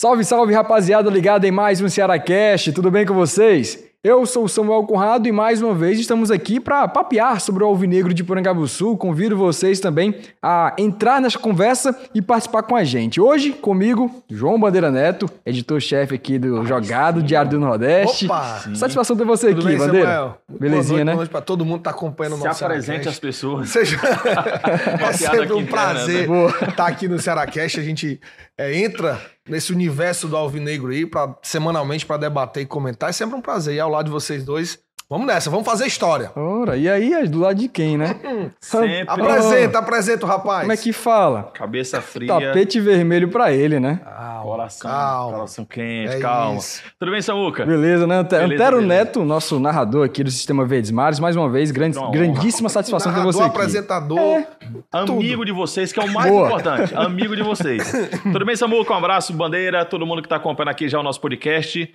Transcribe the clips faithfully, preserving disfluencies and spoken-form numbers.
Salve, salve, rapaziada ligada em mais um CearáCast, tudo bem com vocês? Eu sou o Samuel Conrado e mais uma vez estamos aqui para papear sobre o Alvinegro de Porangabuçu. Convido vocês também a entrar nessa conversa e participar com a gente. Hoje, comigo, João Bandeira Neto, editor-chefe aqui do Ai, Jogado, sim. Diário do Nordeste. Opa! Satisfação ter você Tudo aqui, bem, Bandeira. Samuel? Belezinha, boa noite, né? Boa noite para todo mundo que está acompanhando o nosso Se apresente às pessoas. Seja... é sempre um prazer né? estar aqui no CearáCast. A gente é, entra nesse universo do Alvinegro aí, pra, semanalmente, para debater e comentar. É sempre um prazer. E ao lado de vocês dois, vamos nessa, vamos fazer história. Ora, e aí, do lado de quem, né? Sempre. Apresenta, apresenta o rapaz. Como é que fala? Cabeça fria. Tapete vermelho pra ele, né? Calma, coração, calma. coração quente, É calma. isso. Tudo bem, Samuca? Beleza, né? Ante- Beleza, Antero beleza. Neto, nosso narrador aqui do Sistema Verdes Mares, mais uma vez, grande, Uma honra. grandíssima satisfação ter Narrador, você aqui. apresentador. Amigo de vocês, que é o mais Boa. importante. Amigo de vocês. Tudo bem, Samuca? Um abraço, Bandeira, todo mundo que tá acompanhando aqui já o nosso podcast.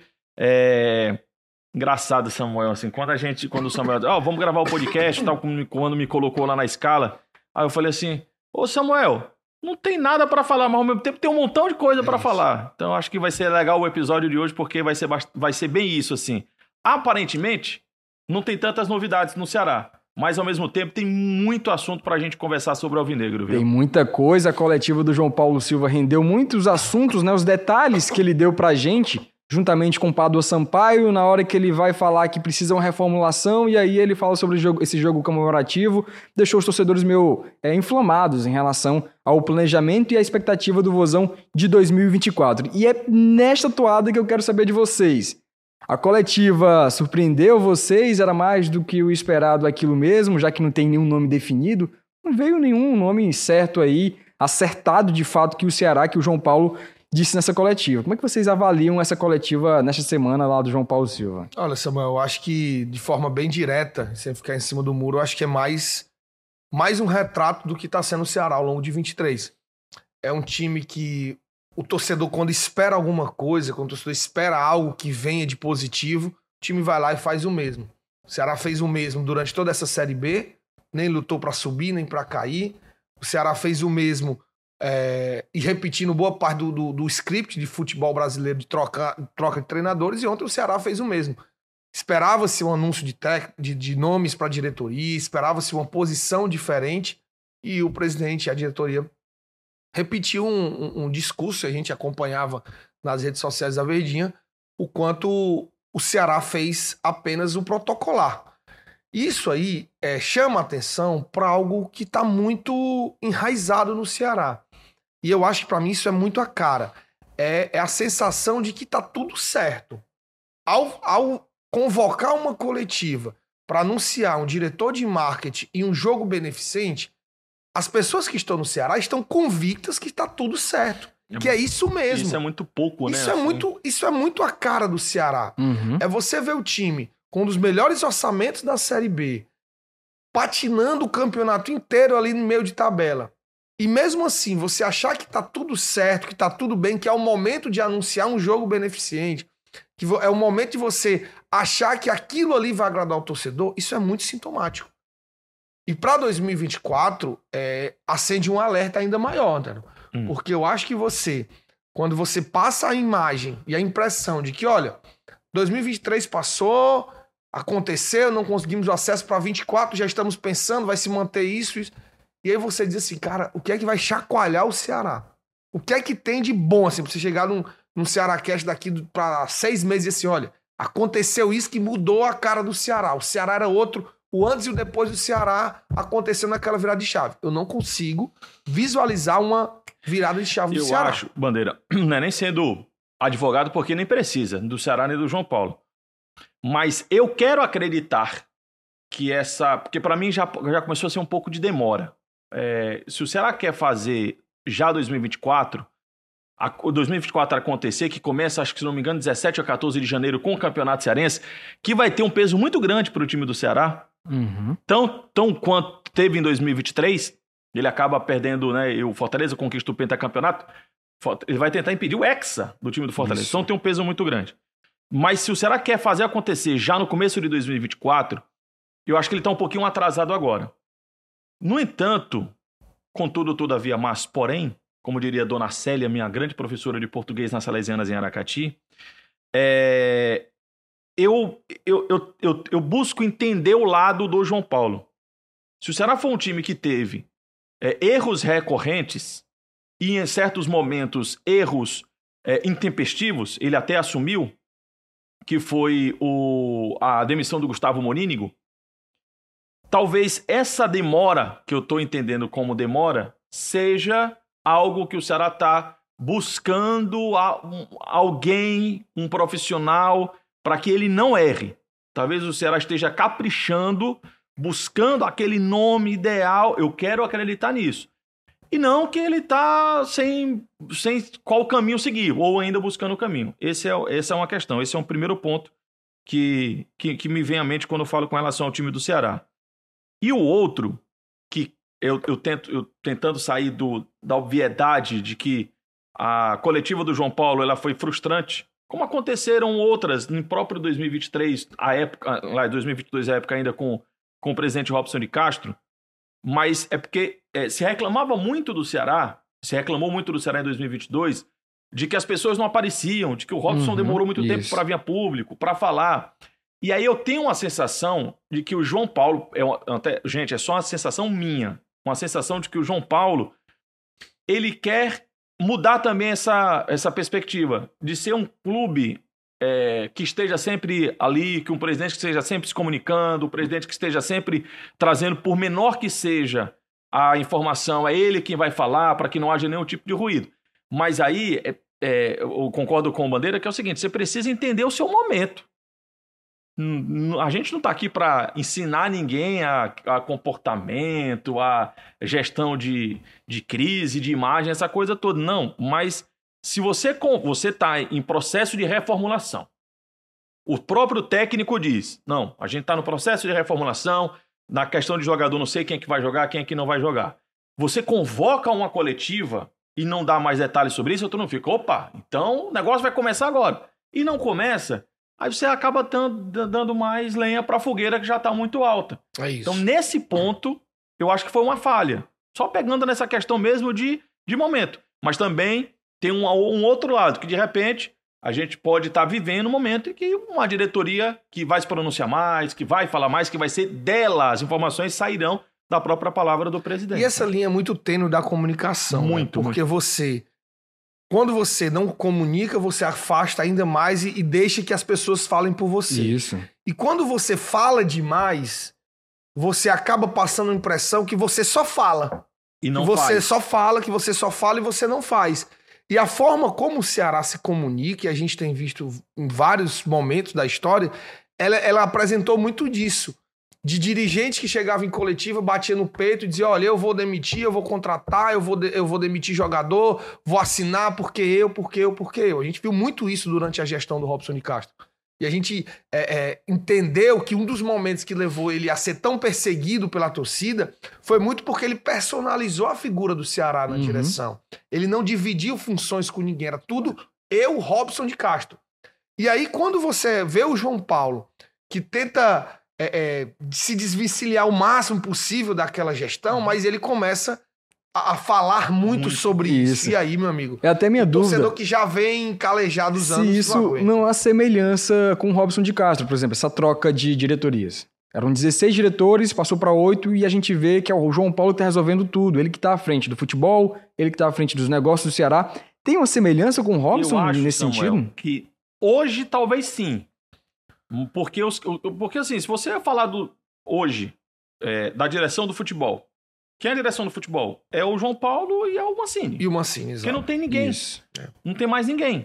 É... Engraçado, Samuel, assim, quando a gente, quando o Samuel, ó, vamos gravar o podcast, tal, quando me colocou lá na escala, aí eu falei assim, ô Samuel, não tem nada pra falar, mas ao mesmo tempo tem um montão de coisa pra falar. Então acho que vai ser legal o episódio de hoje, porque vai ser, bast- vai ser bem isso, assim. Aparentemente, não tem tantas novidades no Ceará, mas ao mesmo tempo tem muito assunto pra gente conversar sobre o Alvinegro, viu? Tem muita coisa, a coletiva do João Paulo Silva rendeu muitos assuntos, né? Os detalhes que ele deu pra gente, juntamente com o Padua Sampaio, na hora que ele vai falar que precisa uma reformulação, e aí ele fala sobre o jogo- esse jogo comemorativo, deixou os torcedores meio é, inflamados em relação ao planejamento e à expectativa do Vozão de dois mil e vinte e quatro. E é nesta toada que eu quero saber de vocês. A coletiva surpreendeu vocês? Era mais do que o esperado aquilo mesmo, já que não tem nenhum nome definido? Não veio nenhum nome certo aí, acertado de fato que o Ceará, que o João Paulo disse nessa coletiva. Como é que vocês avaliam essa coletiva nesta semana lá do João Paulo Silva? Olha, Samuel, eu acho que de forma bem direta, sem ficar em cima do muro, eu acho que é mais, mais um retrato do que está sendo o Ceará ao longo de vinte e três. É um time que o torcedor, quando espera alguma coisa, quando o torcedor espera algo que venha de positivo, o time vai lá e faz o mesmo. O Ceará fez o mesmo durante toda essa Série B, nem lutou para subir, nem para cair. O Ceará fez o mesmo É, e repetindo boa parte do, do, do script de futebol brasileiro de troca, troca de treinadores, e ontem o Ceará fez o mesmo. Esperava-se um anúncio de, tec, de, de nomes para a diretoria, esperava-se uma posição diferente, e o presidente e a diretoria repetiu um, um, um discurso, a gente acompanhava nas redes sociais da Verdinha, o quanto o Ceará fez apenas o protocolar. Isso aí é, chama atenção para algo que está muito enraizado no Ceará. E eu acho que para mim isso é muito a cara. É, é a sensação de que está tudo certo. Ao, ao convocar uma coletiva para anunciar um diretor de marketing e um jogo beneficente, as pessoas que estão no Ceará estão convictas que está tudo certo. É que é isso mesmo. Isso é muito pouco, né? Isso é, assim. muito, isso é muito a cara do Ceará. Uhum. É você ver o time com um dos melhores orçamentos da Série B, patinando o campeonato inteiro ali no meio de tabela. E mesmo assim, você achar que tá tudo certo, que tá tudo bem, que é o momento de anunciar um jogo beneficente, que é o momento de você achar que aquilo ali vai agradar o torcedor, isso é muito sintomático. E para dois mil e vinte e quatro, é, acende um alerta ainda maior, entendeu? Hum. Porque eu acho que você, quando você passa a imagem e a impressão de que, olha, dois mil e vinte e três passou, aconteceu, não conseguimos o acesso para vinte e quatro, já estamos pensando, vai se manter isso, isso. E aí você diz assim, cara, o que é que vai chacoalhar o Ceará? O que é que tem de bom, assim, pra você chegar num, num CearáCast daqui para seis meses e assim, olha, aconteceu isso que mudou a cara do Ceará. O Ceará era outro, o antes e o depois do Ceará aconteceu naquela virada de chave. Eu não consigo visualizar uma virada de chave do Eu Ceará. acho, Bandeira, não é nem sendo advogado, porque nem precisa, do Ceará nem do João Paulo. Mas eu quero acreditar que essa... Porque para mim já, já começou a ser um pouco de demora. É, se o Ceará quer fazer já dois mil e vinte e quatro, a, o dois mil e vinte e quatro acontecer, que começa, acho que se não me engano, dezessete ou quatorze de janeiro com o Campeonato Cearense, que vai ter um peso muito grande para o time do Ceará. Uhum. Tão, tão quanto teve em dois mil e vinte e três, ele acaba perdendo, né? E o Fortaleza conquista o pentacampeonato. Ele vai tentar impedir o Hexa do time do Fortaleza. Isso. Então tem um peso muito grande. Mas se o Ceará quer fazer acontecer já no começo de dois mil e vinte e quatro, eu acho que ele está um pouquinho atrasado agora. No entanto, contudo, todavia, mas porém, como diria Dona Célia, minha grande professora de português nas Salesianas em Aracati, é, eu, eu, eu, eu, eu busco entender o lado do João Paulo. Se o Ceará for um time que teve é, erros recorrentes e, em certos momentos, erros é, intempestivos, ele até assumiu, que foi o, a demissão do Gustavo Morínigo, talvez essa demora, que eu estou entendendo como demora, seja algo que o Ceará está buscando a, um, alguém, um profissional, para que ele não erre. Talvez o Ceará esteja caprichando, buscando aquele nome ideal. Eu quero acreditar nisso. E não que ele está sem, sem qual caminho seguir, ou ainda buscando o caminho. Esse é, essa é uma questão, esse é um primeiro ponto que, que, que me vem à mente quando eu falo com relação ao time do Ceará. E o outro, que eu, eu, tento, eu tentando sair do, da obviedade de que a coletiva do João Paulo ela foi frustrante, como aconteceram outras no próprio dois mil e vinte e três, a época, lá em dois mil e vinte e dois, a época ainda com, com o presidente Robson de Castro, mas é porque é, se reclamava muito do Ceará, se reclamou muito do Ceará em dois mil e vinte e dois, de que as pessoas não apareciam, de que o Robson uhum, demorou muito isso. tempo para vir a público, para falar. E aí eu tenho uma sensação de que o João Paulo, é uma, até, gente, é só uma sensação minha, uma sensação de que o João Paulo, ele quer mudar também essa, essa perspectiva de ser um clube é, que esteja sempre ali, que um presidente que esteja sempre se comunicando, um presidente que esteja sempre trazendo, por menor que seja a informação, é ele quem vai falar para que não haja nenhum tipo de ruído. Mas aí, é, é, eu concordo com o Bandeira, que é o seguinte, você precisa entender o seu momento. A gente não está aqui para ensinar ninguém a, a comportamento, a gestão de, de crise, de imagem, essa coisa toda. Não, mas se você você está em processo de reformulação, o próprio técnico diz, não, a gente está no processo de reformulação, na questão de jogador, não sei quem é que vai jogar, quem é que não vai jogar. Você convoca uma coletiva e não dá mais detalhes sobre isso, eu não fico, opa, então o negócio vai começar agora. E não começa... Aí você acaba dando mais lenha para a fogueira que já está muito alta. É isso. Então, nesse ponto, eu acho que foi uma falha. Só pegando nessa questão mesmo de, de momento. Mas também tem um, um outro lado, que de repente a gente pode estar tá vivendo um momento em que uma diretoria que vai se pronunciar mais, que vai falar mais, que vai ser dela, as informações sairão da própria palavra do presidente. E essa linha é muito tênue da comunicação. Muito, né? Porque muito. você... Quando você não comunica, você afasta ainda mais e, e deixa que as pessoas falem por você. Isso. E quando você fala demais, você acaba passando a impressão que você só fala. E não que você faz. só fala, que você só fala e você não faz. E a forma como o Ceará se comunica, e a gente tem visto em vários momentos da história, ela, ela apresentou muito disso. De dirigente que chegava em coletiva, batia no peito e dizia, olha, eu vou demitir, eu vou contratar, eu vou, de, eu vou demitir jogador, vou assinar porque eu, porque eu, porque eu. A gente viu muito isso durante a gestão do Robson de Castro. E a gente é, é, entendeu que um dos momentos que levou ele a ser tão perseguido pela torcida foi muito porque ele personalizou a figura do Ceará na uhum. direção. Ele não dividiu funções com ninguém, era tudo eu, Robson de Castro. E aí quando você vê o João Paulo, que tenta... É, é, se desvencilhar o máximo possível daquela gestão, mas ele começa a, a falar muito, muito sobre isso. isso. E aí, meu amigo? É até minha o dúvida. Torcedor que já vem calejado os anos. Se isso não há semelhança com o Robson de Castro, por exemplo, essa troca de diretorias. Eram dezesseis diretores, passou para oito e a gente vê que é o João Paulo que está resolvendo tudo. Ele que está à frente do futebol, ele que está à frente dos negócios do Ceará. Tem uma semelhança com o Robson Eu acho, nesse Samuel, sentido? Que hoje talvez sim. Porque, os, porque assim, se você falar do, hoje é, da direção do futebol, quem é a direção do futebol? É o João Paulo e é o Mancini. E o Mancini, exato. Porque não tem ninguém. Isso. Não tem mais ninguém.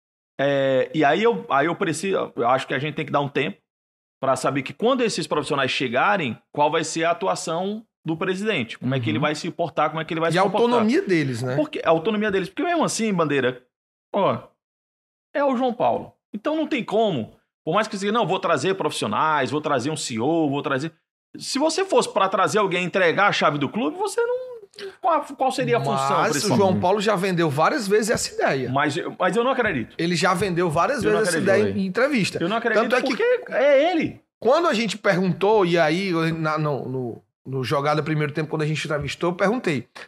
É, e aí eu, aí eu preciso, eu acho que a gente tem que dar um tempo para saber que quando esses profissionais chegarem, qual vai ser a atuação do presidente. Como uhum. é que ele vai se portar, como é que ele vai e se a comportar. autonomia deles, né? Porque, a autonomia deles. Porque mesmo assim, Bandeira, ó, é o João Paulo. Então não tem como... Por mais que você diga, não, vou trazer profissionais, vou trazer um C E O, vou trazer... Se você fosse para trazer alguém e entregar a chave do clube, você não... Qual, qual seria a mas função? Mas o João Paulo já vendeu várias vezes essa ideia. Mas, mas eu não acredito. Ele já vendeu várias eu vezes essa ideia em entrevista. Eu não acredito Tanto é porque que, é ele. Quando a gente perguntou, e aí na, no, no, no Jogada Primeiro Tempo, quando a gente entrevistou, eu perguntei...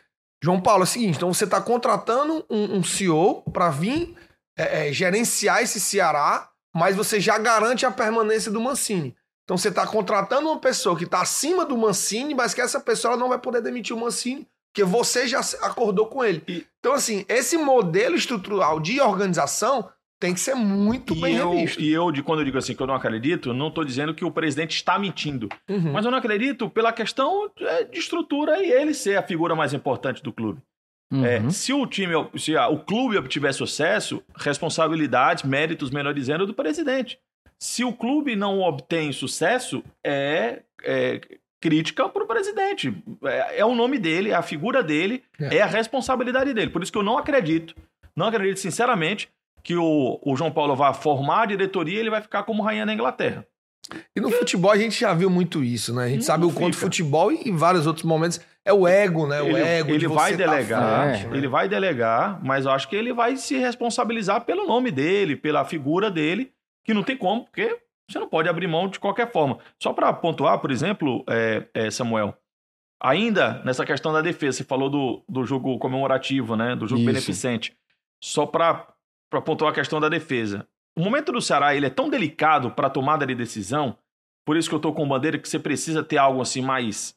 João Paulo, é o seguinte, então você está contratando um, um C E O para vir é, é, gerenciar esse Ceará, mas você já garante a permanência do Mancini. Então você está contratando uma pessoa que está acima do Mancini, mas que essa pessoa ela não vai poder demitir o Mancini, porque você já acordou com ele. E, então assim, esse modelo estrutural de organização tem que ser muito e bem eu, revisto. E eu, de quando eu digo assim que eu não acredito, não estou dizendo que o presidente está mentindo. Uhum. Mas eu não acredito pela questão de estrutura e ele ser a figura mais importante do clube. Uhum. É, se o time, se a, o clube obtiver sucesso, responsabilidades, méritos, melhor dizendo, é do presidente. Se o clube não obtém sucesso, é, é crítica para o presidente. É, é o nome dele, é a figura dele, é. é a responsabilidade dele. Por isso que eu não acredito, não acredito sinceramente, que o, o João Paulo vai formar a diretoria e ele vai ficar como rainha na Inglaterra. E no futebol a gente já viu muito isso, né? A gente não sabe o quanto futebol e em vários outros momentos é o ego, né? O ele, ego ele de vai você delegar, tá frente, né? Ele vai delegar, mas eu acho que ele vai se responsabilizar pelo nome dele, pela figura dele, que não tem como, porque você não pode abrir mão de qualquer forma. Só para pontuar, por exemplo, é, é, Samuel, ainda nessa questão da defesa, você falou do, do jogo comemorativo, né? Do jogo isso. beneficente. Só para para pontuar a questão da defesa. O momento do Ceará ele é tão delicado para a tomada de decisão, por isso que eu estou com bandeira que você precisa ter algo assim mais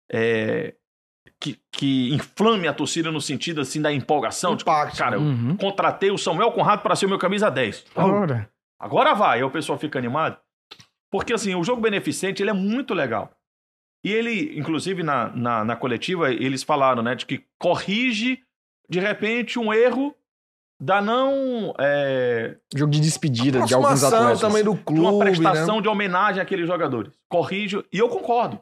é, que, que inflame a torcida no sentido assim da empolgação. De, cara, uhum. eu contratei o Samuel Conrado para ser o meu camisa dez. Agora. Agora vai, aí o pessoal fica animado. Porque assim, o jogo beneficente ele é muito legal. E ele, inclusive na, na, na coletiva, eles falaram, né, de que corrige de repente um erro da não... É... Jogo de despedida de alguns atletas. Também do clube, de uma prestação né? de homenagem àqueles jogadores. Corrige, e eu concordo.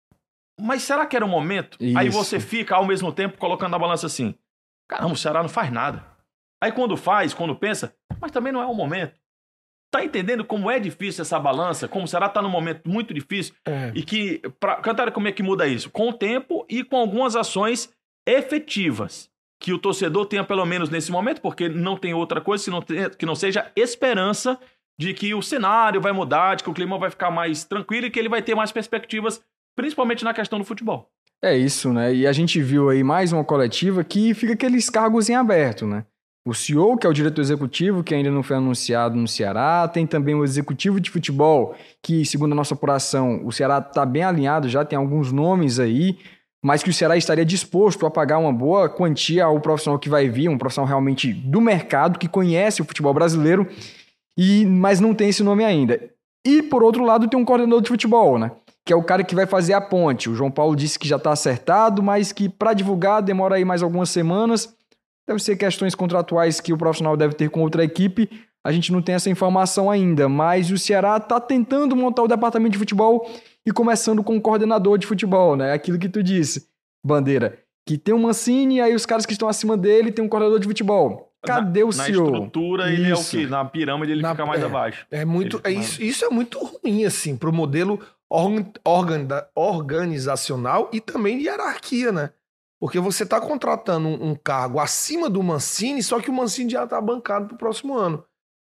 Mas será que era o momento? Isso. Aí você fica, ao mesmo tempo, colocando na balança assim, caramba, o Ceará não faz nada. Aí quando faz, quando pensa, mas também não é o momento. Tá entendendo como é difícil essa balança? Como o Ceará tá num momento muito difícil? É. E que, pra, cantar como é que muda isso? Com o tempo e com algumas ações efetivas. Que o torcedor tenha pelo menos nesse momento, porque não tem outra coisa que não, tenha, que não seja esperança de que o cenário vai mudar, de que o clima vai ficar mais tranquilo e que ele vai ter mais perspectivas, principalmente na questão do futebol. É isso, né? E a gente viu aí mais uma coletiva que fica aqueles cargos em aberto, né? O C E O, que é o diretor executivo, que ainda não foi anunciado no Ceará, tem também o executivo de futebol, que, segundo a nossa apuração, o Ceará está bem alinhado, já tem alguns nomes aí, mas que o Ceará estaria disposto a pagar uma boa quantia ao profissional que vai vir, um profissional realmente do mercado, que conhece o futebol brasileiro, e, mas não tem esse nome ainda. E, por outro lado, tem um coordenador de futebol, né? Que é o cara que vai fazer a ponte. O João Paulo disse que já está acertado, mas que para divulgar demora aí mais algumas semanas. Deve ser questões contratuais que o profissional deve ter com outra equipe. A gente não tem essa informação ainda, mas o Ceará está tentando montar o departamento de futebol e começando com o coordenador de futebol, né? Aquilo que tu disse, Bandeira, que tem um Mancini e aí os caras que estão acima dele tem um coordenador de futebol. Cadê na, o C E O? Na estrutura, ele isso. é o que? Na pirâmide ele na, fica mais é, abaixo. É muito, é isso, isso é muito ruim, assim, pro modelo organ, organ, organizacional e também de hierarquia, né? Porque você tá contratando um, um cargo acima do Mancini, só que o Mancini já tá bancado pro próximo ano.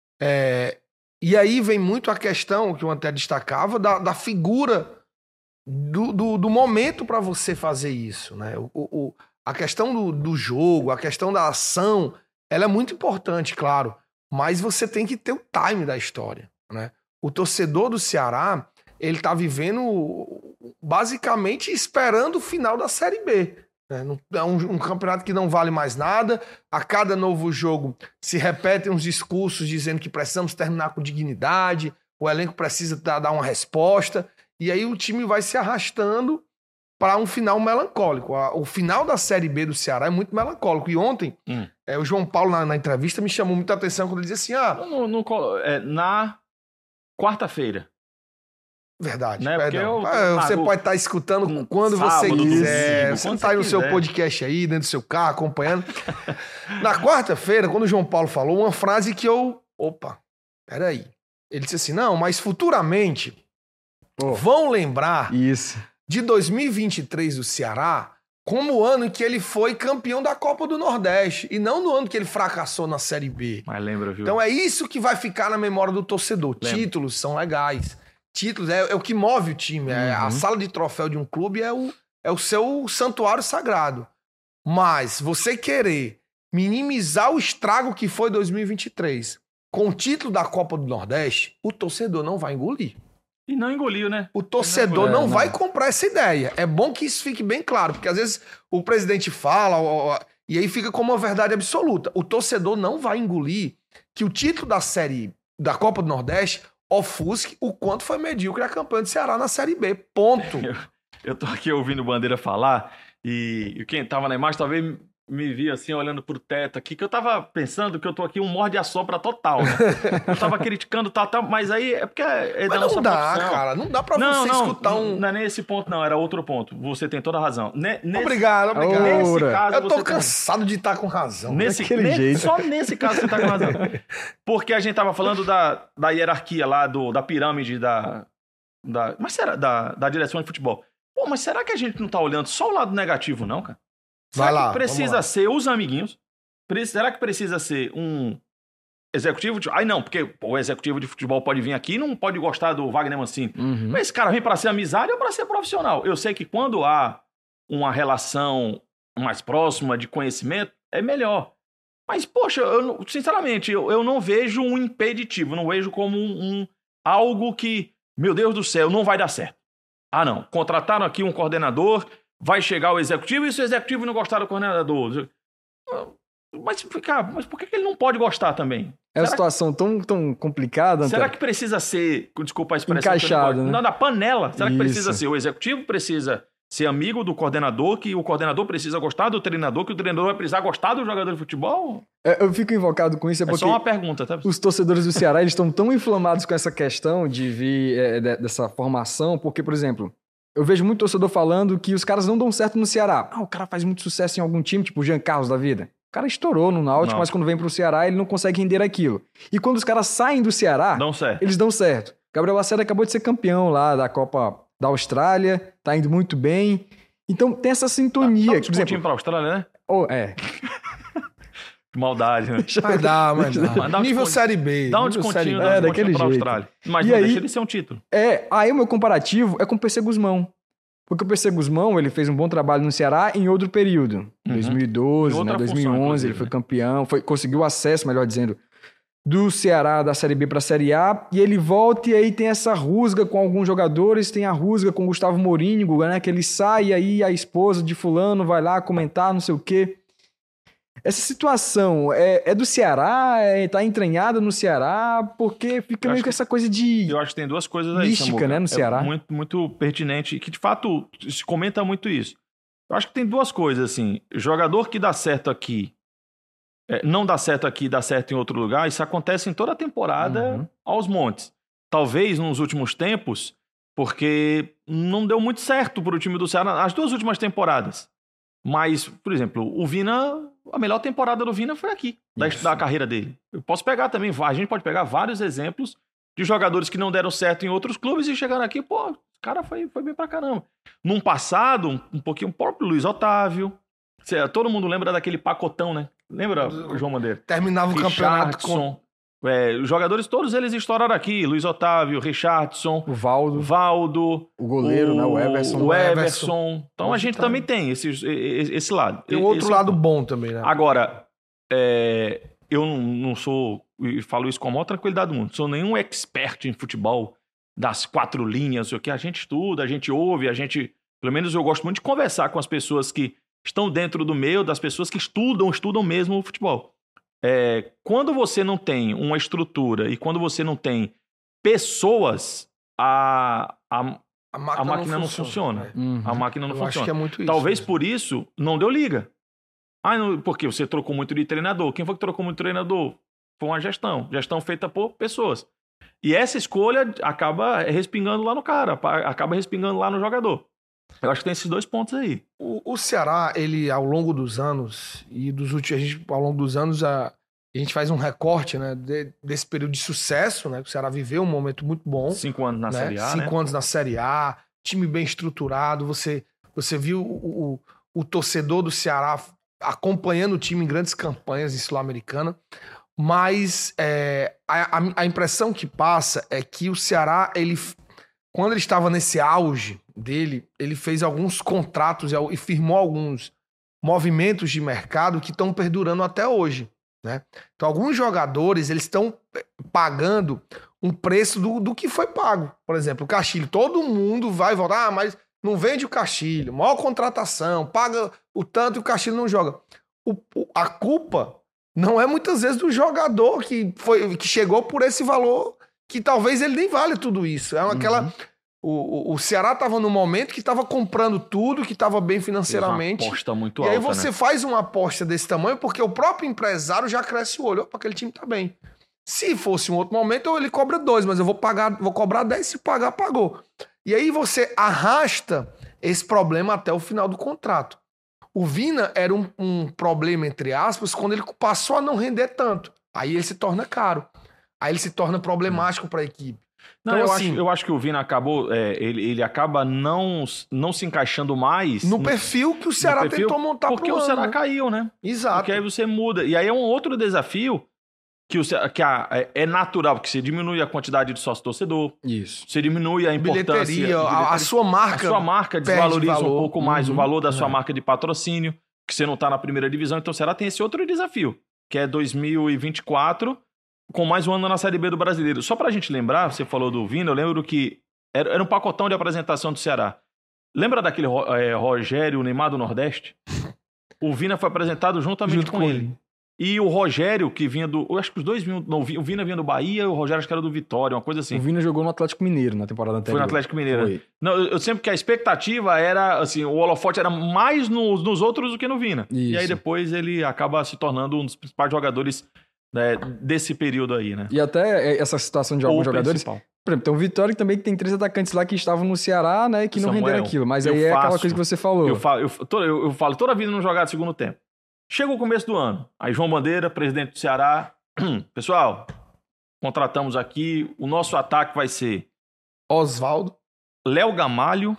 É, e aí vem muito a questão, que eu até destacava, da, da figura do, do, do momento para você fazer isso, né? O, o, a questão do, do jogo, a questão da ação, ela é muito importante, claro, mas você tem que ter o time da história, né? O torcedor do Ceará, ele tá vivendo basicamente esperando o final da Série B. É um, um campeonato que não vale mais nada. A cada novo jogo se repetem uns discursos dizendo que precisamos terminar com dignidade, o elenco precisa dar, dar uma resposta, e aí o time vai se arrastando para um final melancólico. O final da Série B do Ceará é muito melancólico. E ontem, hum. é, o João Paulo, na, na entrevista, me chamou muita atenção quando ele dizia assim: ah, no, no, é, na quarta-feira. Verdade, né? perdão. Eu, você pode estar escutando quando sábado, você quiser. Domingo, você não está aí no quiser. Seu podcast aí, dentro do seu carro, acompanhando. Na quarta-feira, quando o João Paulo falou, uma frase que eu... Opa, peraí. Ele disse assim, não, mas futuramente oh, vão lembrar isso. de dois mil e vinte e três do Ceará como o ano em que ele foi campeão da Copa do Nordeste e não no ano que ele fracassou na Série B. Mas lembra, viu? Então é isso que vai ficar na memória do torcedor. Lembra. Títulos são legais. Títulos é, é o que move o time. É, uhum. A sala de troféu de um clube é o, é o seu santuário sagrado. Mas você querer minimizar o estrago que foi dois mil e vinte e três com o título da Copa do Nordeste, o torcedor não vai engolir. E não engoliu, né? O torcedor É, não, não. vai comprar essa ideia. É bom que isso fique bem claro, porque às vezes o presidente fala ó, ó, e aí fica como uma verdade absoluta. O torcedor não vai engolir que o título da série da Copa do Nordeste ofusque o quanto foi medíocre a campanha do Ceará na Série B. Ponto. Eu, eu tô aqui ouvindo o Bandeira falar e, e quem tava na imagem talvez me via assim, olhando pro teto aqui, que eu tava pensando que eu tô aqui um morde-a-sopra total, né? Eu tava criticando tal, tal, mas aí é porque é da Mas nossa não dá, profissão. cara. Não dá pra Não, você não, escutar um... não é nem esse ponto não, era outro ponto. Você tem toda a razão. Ne, nesse, Obrigado, obrigado. Nesse Ora. caso, Eu tô você tem- cansado de estar com razão. Nesse, Daquele ne- jeito. Só nesse caso você tá com razão. Porque a gente tava falando da, da hierarquia lá, do, da pirâmide da, da, mas será, da, da direção de futebol. Pô, mas será que a gente não tá olhando só o lado negativo, não, cara? Será Vai que lá, vamos precisa lá. ser os amiguinhos? Pre- Será que precisa ser um executivo de... Ai, não, porque pô, o executivo de futebol pode vir aqui e não pode gostar do Wagner Mancini. Uhum. Mas esse cara vem para ser amizade ou para ser profissional? Eu sei que quando há uma relação mais próxima de conhecimento, é melhor. Mas, poxa, eu, não- sinceramente, eu, eu não vejo um impeditivo, não vejo como um, um- algo que, meu Deus do céu, não vai dar certo. Ah, não, contrataram aqui um coordenador, vai chegar o executivo e se o executivo não gostar do coordenador... Mas, cara, mas por que que ele não pode gostar também? É uma Será situação tão, tão complicada, Será Antônio. que precisa ser, desculpa a expressão, Encaixado, que eu não gosto, né? não, da panela? Será que precisa Isso. ser? O executivo precisa ser amigo do coordenador, que o coordenador precisa gostar do treinador, que o treinador vai precisar gostar do jogador de futebol? É, eu fico invocado com isso, é É porque só uma pergunta, tá? os torcedores do Ceará eles estão tão inflamados com essa questão de vir é, de- dessa formação, porque, por exemplo, eu vejo muito torcedor falando que os caras não dão certo no Ceará. Ah, o cara faz muito sucesso em algum time, tipo o Jean Carlos da vida. O cara estourou no Náutico, Não. mas quando vem pro Ceará ele não consegue render aquilo. E quando os caras saem do Ceará, Não certo. eles dão certo. Gabriel Lacerda acabou de ser campeão lá da Copa da Austrália, tá indo muito bem. Então tem essa sintonia. Dá um por descontinho exemplo, pra Austrália, né? oh, é. Que maldade, né? Mas dá, mas dá. Mas dá um Nível desconto- Série B. Dá um nível Série descontinho, B. dá um É, descontinho daquele pra jeito. Austrália. Mas E não aí- deixa ele ser um título. É, aí o meu comparativo é com o P C Guzmão. Porque o P C Guzmão, ele fez um bom trabalho no Ceará em outro período. Uhum. dois mil e doze, Em outra né? dois mil e função, onze, ele inclusive, foi né? campeão, foi, conseguiu acesso, melhor dizendo, do Ceará da Série B para a Série A, e ele volta e aí tem essa rusga com alguns jogadores, tem a rusga com o Gustavo Morínigo, né? Que ele sai e aí a esposa de fulano vai lá comentar, não sei o quê. Essa situação é, é do Ceará, é, tá entranhada no Ceará, porque fica Eu meio acho com essa coisa de... Eu acho que tem duas coisas aí, Mística, Samuca. né, no Ceará. É muito, muito pertinente, que de fato se comenta muito isso. Eu acho que tem duas coisas, assim. Jogador que dá certo aqui, é, não dá certo aqui, dá certo em outro lugar, isso acontece em toda a temporada Uhum. aos montes. Talvez nos últimos tempos, porque não deu muito certo pro time do Ceará, as duas últimas temporadas. Mas, por exemplo, o Vina, a melhor temporada do Vina foi aqui, da, Isso. da carreira dele. Eu posso pegar também, a gente pode pegar vários exemplos de jogadores que não deram certo em outros clubes e chegaram aqui, pô, o cara foi, foi bem pra caramba. Num passado, um, um pouquinho, o próprio Luiz Otávio, cê, todo mundo lembra daquele pacotão, né? Lembra, João Bandeira? Terminava o campeonato com... Richardson. É, os jogadores todos eles estouraram aqui, Luiz Otávio, Richardson, O Valdo, Valdo, o goleiro, né? O Everson. o Everson. Everson. Então a gente Tá. também tem esse, esse lado. Tem um outro Esse- lado bom também, né? Agora, é, eu não, não sou, e falo isso com a maior tranquilidade do mundo, sou nenhum expert em futebol das quatro linhas, o que a gente estuda, a gente ouve, a gente, pelo menos eu gosto muito de conversar com as pessoas que estão dentro do meio, das pessoas que estudam, estudam mesmo o futebol. É, quando você não tem uma estrutura e quando você não tem pessoas, a, a, A máquina, a máquina não funciona. né? Uhum. a máquina não Eu acho funciona. que é muito isso. Talvez mesmo. por isso não deu liga. Ah, não, porque você trocou muito de treinador. Quem foi que trocou muito de treinador? Foi uma gestão. Gestão feita por pessoas. E essa escolha acaba respingando lá no cara, pa- acaba respingando lá no jogador. Eu acho que tem esses dois pontos aí. O, o Ceará, ele, ao longo dos anos, e dos últimos, a gente, ao longo dos anos, a, a gente faz um recorte, né, de- desse período de sucesso, né, que o Ceará viveu um momento muito bom. Cinco anos na né? Série A, Cinco né? anos na Série A, time bem estruturado. Você, você viu o, o, o torcedor do Ceará acompanhando o time em grandes campanhas em Sul-Americana. Mas é, a, a, a impressão que passa é que o Ceará, ele, quando ele estava nesse auge dele, ele fez alguns contratos e, e firmou alguns, movimentos de mercado que estão perdurando até hoje, né? Então, alguns jogadores, eles estão pagando um preço do, do que foi pago. Por exemplo, o Castilho, todo mundo vai voltar, ah, mas não vende o Castilho, maior contratação, paga o tanto e o Castilho não joga. O, o, a culpa não é muitas vezes do jogador que, foi, que chegou por esse valor que talvez ele nem vale tudo isso. É uma, uhum. aquela... O, o, o Ceará estava num momento que estava comprando tudo, que estava bem financeiramente. Fez uma aposta muito e alta, aí você né? faz uma aposta desse tamanho porque o próprio empresário já cresce o olho. Opa, aquele time tá bem. Se fosse um outro momento, ele cobra dois, mas eu vou pagar, vou cobrar dez, se pagar, pagou. E aí você arrasta esse problema até o final do contrato. O Vina era um, um problema, entre aspas, quando ele passou a não render tanto. Aí ele se torna caro. Aí ele se torna problemático para a equipe. Não, então, eu, assim, acho, eu acho que o Vina acabou, é, ele, ele acaba não, não se encaixando mais... No, no perfil que o Ceará perfil, tentou montar pro Porque o Ceará ano. caiu, né? Exato. Porque aí você muda. E aí é um outro desafio que, o, que a, é natural, porque você diminui a quantidade de sócio-torcedor. Isso. Você diminui a importância... Bilheteria, a, a sua marca... A sua marca desvaloriza valor. um pouco mais uhum. o valor da uhum. sua marca de patrocínio, que você não tá na primeira divisão. Então o Ceará tem esse outro desafio, que é dois mil e vinte e quatro... com mais um ano na Série B do Brasileiro. Só pra gente lembrar, você falou do Vina, eu lembro que era, era um pacotão de apresentação do Ceará. Lembra daquele é, Rogério, o Neymar do Nordeste? O Vina foi apresentado juntamente Junto com, com ele. ele. E o Rogério, que vinha do... Eu acho que os dois vinham... Não, o Vina vinha do Bahia e o Rogério acho que era do Vitória, uma coisa assim. O Vina jogou no Atlético Mineiro na temporada anterior. Foi no Atlético Mineiro. Foi. Não, eu, eu sempre que a expectativa era, assim, o holofote era mais nos, nos outros do que no Vina. Isso. E aí depois ele acaba se tornando um dos principais jogadores... Né, desse período aí, né? E até essa situação de alguns jogadores... Principal. Por exemplo, tem o Vitória que também tem três atacantes lá que estavam no Ceará, né? Que Samuel, não renderam aquilo. Mas aí é faço, aquela coisa que você falou. Eu falo, eu, eu, eu falo toda a vida não jogar de segundo tempo. Chega o começo do ano. Aí João Bandeira, presidente do Ceará. Pessoal, contratamos aqui. O nosso ataque vai ser... Oswaldo. Léo Gamalho.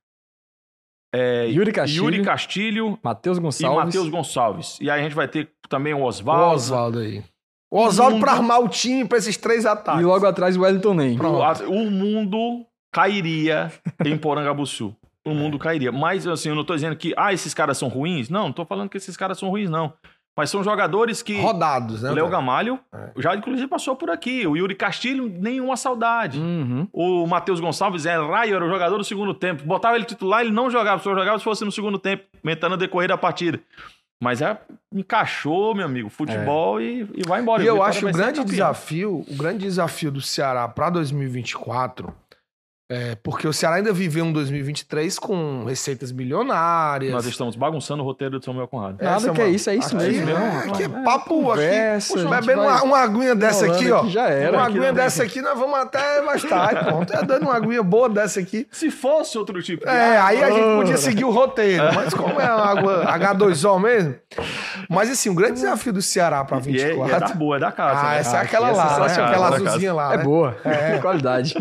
É, Yuri Castilho, Yuri Castilho Matheus Gonçalves. E Matheus Gonçalves. E aí a gente vai ter também o Oswaldo. O Oswaldo aí. O Oswaldo pra armar o time pra esses três ataques. E logo atrás o Wellington Nem. O, o mundo cairia em Porangabuçu. O mundo cairia. Mas, assim, eu não tô dizendo que, ah, esses caras são ruins. Não, não tô falando que esses caras são ruins, não. Mas são jogadores que... Rodados, né? O Léo Gamalho é. já, inclusive, passou por aqui. O Yuri Castilho, nenhuma saudade. Uhum. O Matheus Gonçalves, é raio, era o jogador do segundo tempo. Botava ele titular, ele não jogava. Só jogava se fosse no segundo tempo, aumentando o decorrer da partida. Mas é, encaixou, meu amigo, futebol é. e, e vai embora. E eu acho o grande desafio, o grande desafio do Ceará para dois mil e vinte e quatro, é porque o Ceará ainda viveu um dois mil e vinte e três com receitas milionárias. Nós estamos bagunçando o roteiro do Samuel Conrado. Nada que é isso, é isso mesmo. É, que papo conversa, aqui. Bebendo uma, uma aguinha dessa aqui, ó. Já era. Uma aguinha dessa aqui, nós vamos até mais tarde. Pô, tá dando uma aguinha boa dessa aqui. Se fosse outro tipo de É, água, aí a gente podia seguir o roteiro. Mas como é uma água agá dois ó mesmo. Mas assim, o grande desafio do Ceará pra vinte e quatro... E é, é da boa, é da casa. Ah, né? essa é aquela lá, né? Aquela azulzinha lá, É né? boa, é qualidade.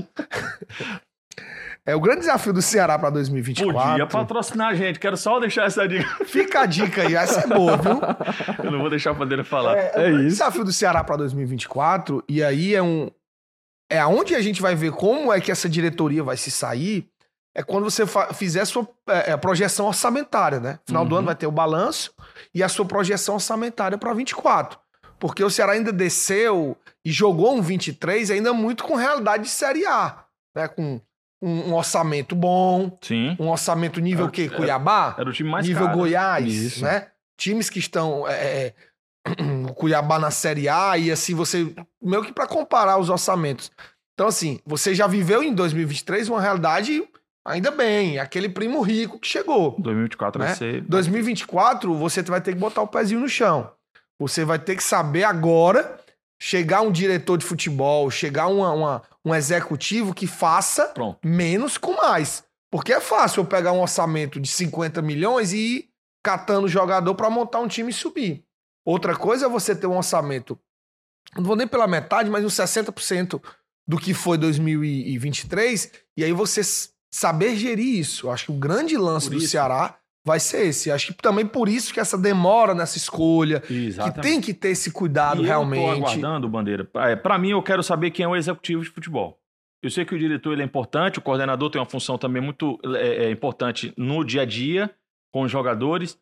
É o grande desafio do Ceará para dois mil e vinte e quatro. Podia patrocinar a gente, quero só deixar essa dica. Fica a dica aí, essa é boa, viu? Eu não vou deixar a Bandeira falar. É, é, é o isso. desafio do Ceará para dois mil e vinte e quatro, e aí é um. É aonde a gente vai ver como é que essa diretoria vai se sair, é quando você fizer a sua é, projeção orçamentária, né? Final uhum. do ano vai ter o balanço e a sua projeção orçamentária para vinte e quatro. Porque o Ceará ainda desceu e jogou um vinte e três ainda muito com realidade de Série A, né? Com. Um, um orçamento bom. Sim. Um orçamento nível o quê? Era, Cuiabá? Era o time mais nível caro. Goiás, Isso. né? Times que estão... É, o Cuiabá na Série A e assim, você... Meio que para comparar os orçamentos. Então, assim, você já viveu em dois mil e vinte e três uma realidade ainda bem. Aquele primo rico que chegou. dois mil e vinte e quatro né? vai ser... dois mil e vinte e quatro, você vai ter que botar o pezinho no chão. Você vai ter que saber agora... Chegar um diretor de futebol, chegar uma, uma, um executivo que faça Pronto. menos com mais. Porque é fácil eu pegar um orçamento de cinquenta milhões e ir catando jogador para montar um time e subir. Outra coisa é você ter um orçamento, não vou nem pela metade, mas uns sessenta por cento do que foi dois mil e vinte e três, e aí você saber gerir isso. Eu acho que o grande lance do Ceará vai ser esse. Acho que também por isso que essa demora nessa escolha, Exatamente. que tem que ter esse cuidado e realmente. Eu tô aguardando, Bandeira. Para mim, eu quero saber quem é o executivo de futebol. Eu sei que o diretor ele é importante, o coordenador tem uma função também muito é, é, importante no dia a dia com os jogadores,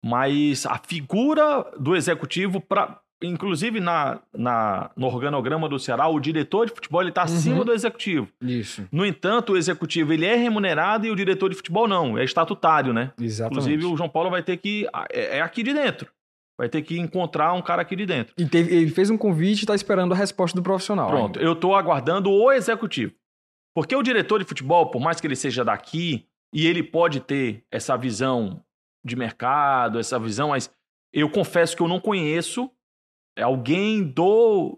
Mas a figura do executivo, pra, inclusive na, na, no organograma do Ceará, o diretor de futebol está Uhum. acima do executivo. Isso. No entanto, o executivo ele é remunerado e o diretor de futebol não, é estatutário, né? Exatamente. Inclusive, o João Paulo vai ter que... É, é aqui de dentro. Vai ter que encontrar um cara aqui de dentro. E teve, ele fez um convite e está esperando a resposta do profissional. Pronto, ainda. eu estou aguardando o executivo. Porque o diretor de futebol, por mais que ele seja daqui, e ele pode ter essa visão de mercado, essa visão, mas eu confesso que eu não conheço alguém do,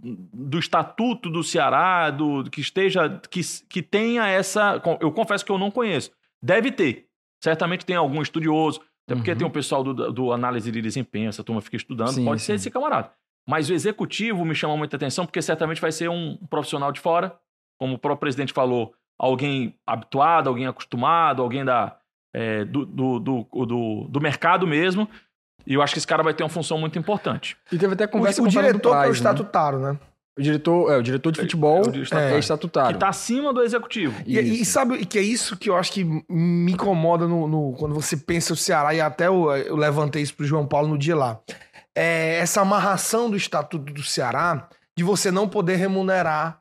do estatuto do Ceará, do, que esteja, que, que tenha essa... Eu confesso que eu não conheço. Deve ter. Certamente tem algum estudioso, até porque Uhum. tem um pessoal do, do análise de desempenho, essa turma fica estudando, Sim, pode sim. ser esse camarada. Mas o executivo me chama muita atenção, porque certamente vai ser um profissional de fora, como o próprio presidente falou, alguém habituado, alguém acostumado, alguém da, é, do, do, do, do, do mercado mesmo. E eu acho que esse cara vai ter uma função muito importante. E teve até O, conversa o com o Fernando diretor que é o Praz, né? estatutário, né? O diretor, é, o diretor de futebol É, o é, de estatutário. estatutário. Que está acima do executivo. E, e Isso. sabe que é isso que eu acho que me incomoda no, no- quando você pensa o Ceará, e até eu, eu levantei isso pro João Paulo no dia lá. É essa amarração do Estatuto do Ceará de você não poder remunerar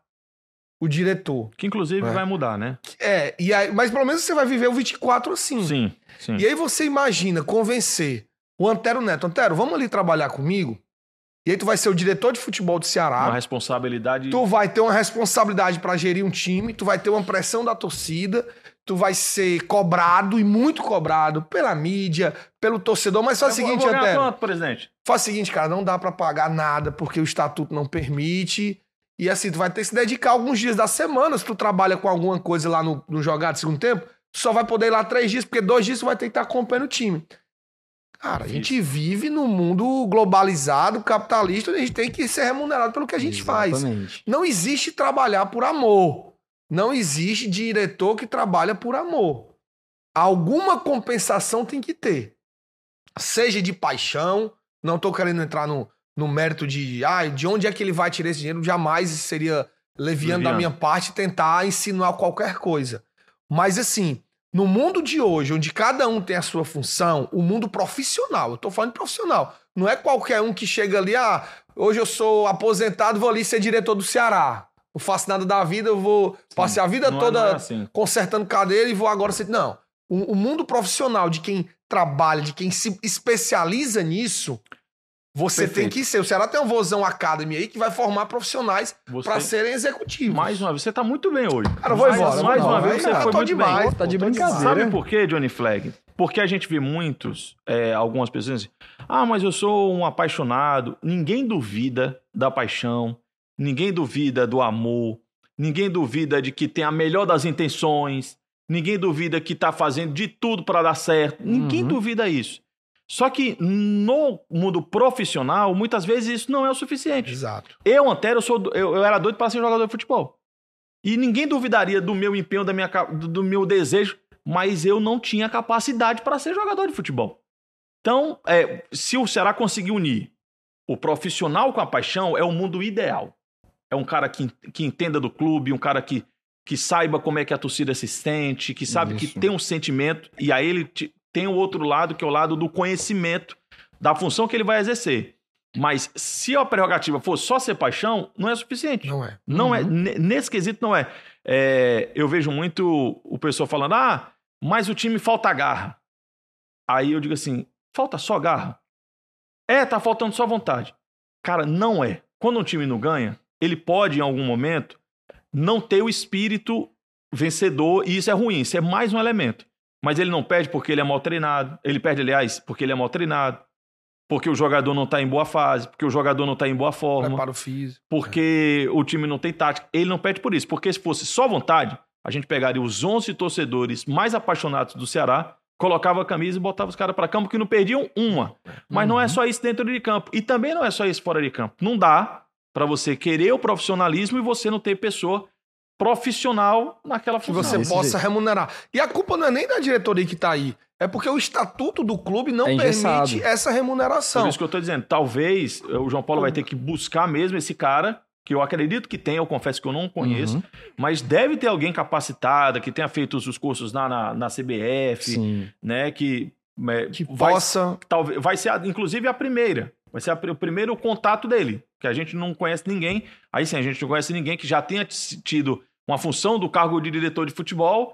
o diretor. Que inclusive É. vai mudar, né? É, e aí, mas pelo menos você vai viver o vinte e quatro assim. Sim, sim. E aí você imagina convencer o Antero Neto, Antero, vamos ali trabalhar comigo? E aí tu vai ser o diretor de futebol do Ceará. Uma responsabilidade... Tu vai ter uma responsabilidade pra gerir um time, tu vai ter uma pressão da torcida, tu vai ser cobrado e muito cobrado pela mídia, pelo torcedor, mas faz o Eu vou- seguinte, eu vou ganhar Antero, quanto, presidente? faz o seguinte, cara, não dá pra pagar nada porque o estatuto não permite. E assim, tu vai ter que se dedicar alguns dias da semana, se tu trabalha com alguma coisa lá no, no jogar de segundo tempo, tu só vai poder ir lá três dias, porque dois dias tu vai ter que estar acompanhando o time. Cara, a gente vive num mundo globalizado, capitalista, onde a gente tem que ser remunerado pelo que a gente faz. Exatamente. Não existe trabalhar por amor. Não existe diretor que trabalha por amor. Alguma compensação tem que ter. Seja de paixão, não tô querendo entrar no, no mérito de, ah, de onde é que ele vai tirar esse dinheiro, jamais seria leviano da Leviano. minha parte tentar insinuar qualquer coisa. Mas assim, no mundo de hoje, onde cada um tem a sua função, o mundo profissional, eu tô falando de profissional, não é qualquer um que chega ali, ah, hoje eu sou aposentado, vou ali ser diretor do Ceará. Não faço nada da vida, eu vou passar a vida Não é- toda não é assim. consertando cadeira e vou agora ser... Não. O, o mundo profissional de quem trabalha, de quem se especializa nisso, você Perfeito. tem que ser. O Ceará tem uma Vozão Academy aí que vai formar profissionais Você- para serem executivos. Mais uma vez, você tá muito bem hoje. Cara, eu vou mais, embora. Mais não, uma vai, vez, você cara, foi tô muito demais. bem. Tá de pô, tô brincadeira. demais. Sabe por quê, Johnny Flag? Porque a gente vê muitos, é, algumas pessoas assim, ah, mas eu sou um apaixonado. Ninguém duvida da paixão, ninguém duvida do amor, ninguém duvida de que tem a melhor das intenções, ninguém duvida que tá fazendo de tudo para dar certo. Ninguém Uhum. duvida isso. Só que no mundo profissional, muitas vezes isso não é o suficiente. Exato. Eu, Antero, eu, sou, do- eu, eu era doido para ser jogador de futebol. E ninguém duvidaria do meu empenho, da minha, ca- do, do meu desejo, mas eu não tinha capacidade para ser jogador de futebol. Então, é, se o Ceará conseguir unir o profissional com a paixão, é o mundo ideal. É um cara que, que entenda do clube, um cara que, que saiba como é que a torcida se sente, que sabe Isso. que tem um sentimento, e aí ele te- tem o outro lado, que é o lado do conhecimento da função que ele vai exercer. Mas se a prerrogativa for só ser paixão, não é suficiente. Não é. Não Uhum. é, ne- nesse quesito não é. É, eu vejo muito o pessoal falando, ah, mas o time falta garra. Aí eu digo assim, falta só garra? É, tá faltando só vontade. Cara, não é. Quando um time não ganha, ele pode, em algum momento, não ter o espírito vencedor, e isso é ruim, isso é mais um elemento. Mas ele não perde porque ele é mal treinado, ele perde, aliás, porque ele é mal treinado, porque o jogador não tá em boa fase, porque o jogador não tá em boa forma, Preparo físico. porque o time não tem tática. Ele não perde por isso, porque se fosse só vontade, a gente pegaria os onze torcedores mais apaixonados do Ceará, colocava a camisa e botava os caras para campo que não perdiam uma. Mas não é só isso dentro de campo. E também não é só isso fora de campo. Não dá para você querer o profissionalismo e você não ter pessoa profissional naquela Que função. você desse possa jeito. remunerar. E a culpa não é nem da diretoria que tá aí. É porque o estatuto do clube não É engessado. permite essa remuneração. Por isso que eu tô dizendo, talvez o João Paulo vai ter que buscar mesmo esse cara, que eu acredito que tem, eu confesso que eu não conheço, Uhum. mas deve ter alguém capacitado, que tenha feito os cursos na, na, na C B F, Sim. né, que é, Que vai, possa... talvez, vai ser, a, inclusive, a primeira. Vai ser a, o primeiro contato dele, que a gente não conhece ninguém. Aí sim, a gente não conhece ninguém que já tenha tido uma função do cargo de diretor de futebol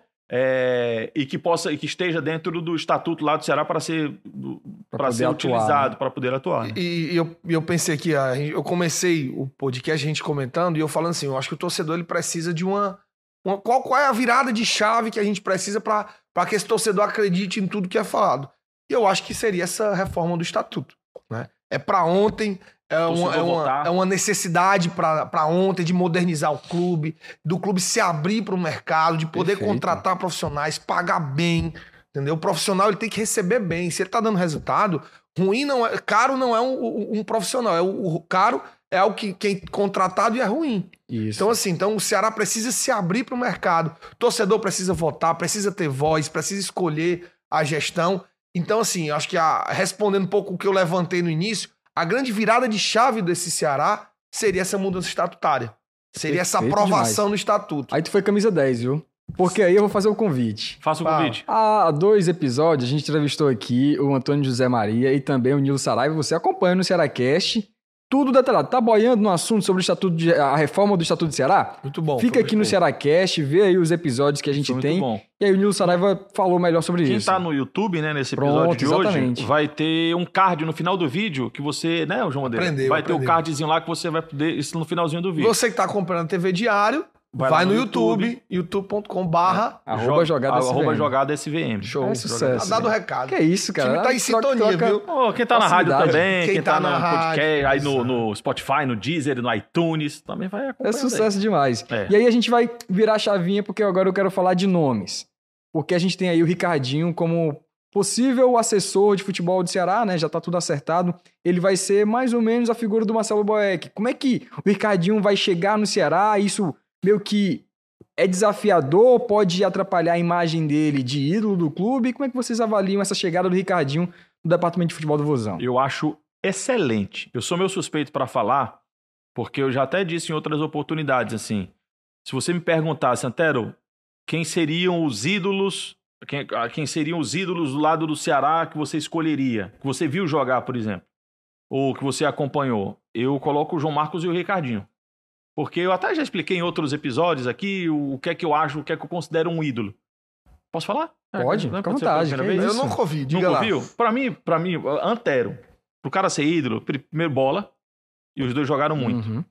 é, e que possa e que esteja dentro do estatuto lá do Ceará para ser, para ser atuar, utilizado, né? para poder atuar. Né? E, e eu, eu pensei que a, eu comecei o podcast a gente comentando e eu falando assim, eu acho que o torcedor ele precisa de uma, uma qual, qual é a virada de chave que a gente precisa para que esse torcedor acredite em tudo que é falado. E eu acho que seria essa reforma do estatuto, né? É para ontem, é uma, é, uma, é uma necessidade para ontem de modernizar o clube, do clube se abrir para o mercado, de poder Perfeito. Contratar profissionais, pagar bem, entendeu? O profissional ele tem que receber bem. Se ele tá dando resultado, ruim não é, caro não é um, um, um profissional, é o, o caro é o que quem contratado e é ruim. Isso. Então assim, então o Ceará precisa se abrir para o mercado. O torcedor precisa votar, precisa ter voz, precisa escolher a gestão. Então, assim, acho que a, respondendo um pouco o que eu levantei no início, a grande virada de chave desse Ceará seria essa mudança estatutária. Seria essa Perfeito aprovação demais. no estatuto. Aí tu foi camisa dez, viu? Porque aí eu vou fazer o convite. Faça o Ah. convite. Há dois episódios a gente entrevistou aqui o Antônio José Maria e também o Nilo Saraiva. Você acompanha no Cearacast. Tudo detalhado. Tá boiando no assunto sobre o estatuto de, a reforma do Estatuto do Ceará? Muito bom. Fica aqui no Cearacast, vê aí os episódios que a gente Foi muito tem. bom. E aí o Nilo Saraiva falou melhor sobre Quem isso. tá no YouTube, né, nesse episódio Pronto, de exatamente. hoje, vai ter um card no final do vídeo que você, né, João Madeira? Aprendeu, vai ter o aprendeu. cardzinho lá que você vai poder, isso no finalzinho do vídeo. Você que tá acompanhando a T V Diário, Vai vai, lá no no YouTube, YouTube. youtube ponto com barra Arroba jogada S V M. Arroba jogada S V M. show. É sucesso. Tá dado o recado. Que é isso, cara? O time tá em Troca- sintonia, troca- viu? Pô, quem tá na rádio Facilidade. também, quem, Quem tá, tá no na podcast, rádio, aí no, exato. no Spotify, no Deezer, no iTunes, também vai É acompanhando. sucesso demais. É. E aí a gente vai virar a chavinha, porque agora eu quero falar de nomes. Porque a gente tem aí o Ricardinho como possível assessor de futebol do Ceará, né? Já tá tudo acertado. Ele vai ser mais ou menos a figura do Marcelo Boeck. Como é que o Ricardinho vai chegar no Ceará? Isso meio que é desafiador, pode atrapalhar a imagem dele de ídolo do clube. Como é que vocês avaliam essa chegada do Ricardinho no departamento de futebol do Vozão? Eu acho excelente. Eu sou meu suspeito para falar, porque eu já até disse em outras oportunidades, assim, se você me perguntasse, Antero, quem seriam os ídolos, quem, quem seriam os ídolos do lado do Ceará que você escolheria, que você viu jogar, por exemplo, ou que você acompanhou, eu coloco o João Marcos e o Ricardinho. Porque eu até já expliquei em outros episódios aqui o, o que é que eu acho, o que é que eu considero um ídolo. Posso falar? Pode, Não é fica à pode ser pela vontade, primeira que vez? isso. Eu nunca ouvi, diga Nunca lá. ouviu? Pra mim, pra mim, Antero, pro cara ser ídolo, primeiro bola, e os dois jogaram muito. Uhum.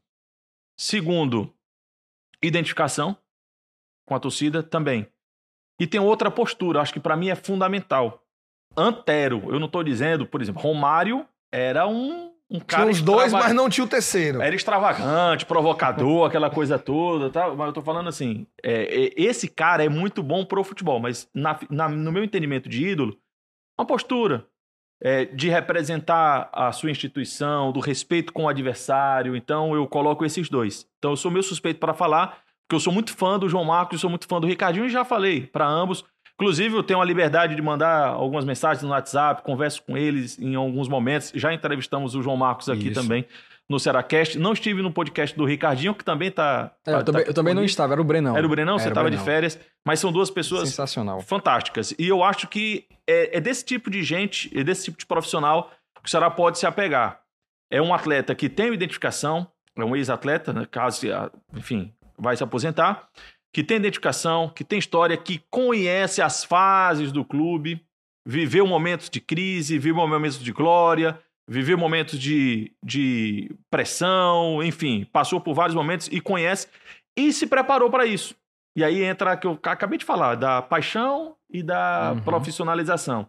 Segundo, identificação com a torcida também. E tem outra postura, acho que pra mim é fundamental. Antero, eu não tô dizendo, por exemplo, Romário era um, um cara... Tinha os dois, extrava- mas não tinha o terceiro. Era extravagante, provocador, aquela coisa toda, tá? Mas eu tô falando assim, é, é, esse cara é muito bom pro futebol, mas na, na- no meu entendimento de ídolo, uma postura é, de representar a sua instituição, do respeito com o adversário, então eu coloco esses dois. Então eu sou meio suspeito para falar, porque eu sou muito fã do João Marcos, sou muito fã do Ricardinho e já falei para ambos. Inclusive, eu tenho a liberdade de mandar algumas mensagens no WhatsApp, converso com eles em alguns momentos. Já entrevistamos o João Marcos aqui Isso. também no Cearacast. Não estive no podcast do Ricardinho, que também tá... É, eu, também, eu também não estava, era o Brenão. Era o Brenão, você Era o estava de Brenão. férias. Mas são duas pessoas Sensacional. fantásticas. E eu acho que é, é desse tipo de gente, é desse tipo de profissional que o Ceará pode se apegar. É um atleta que tem identificação, é um ex-atleta, né, caso, enfim, vai se aposentar, que tem identificação, que tem história, que conhece as fases do clube, viveu momentos de crise, viveu momentos de glória, viveu momentos de, de pressão, enfim, passou por vários momentos e conhece e se preparou para isso. E aí entra o que eu acabei de falar, da paixão e da Uhum. profissionalização.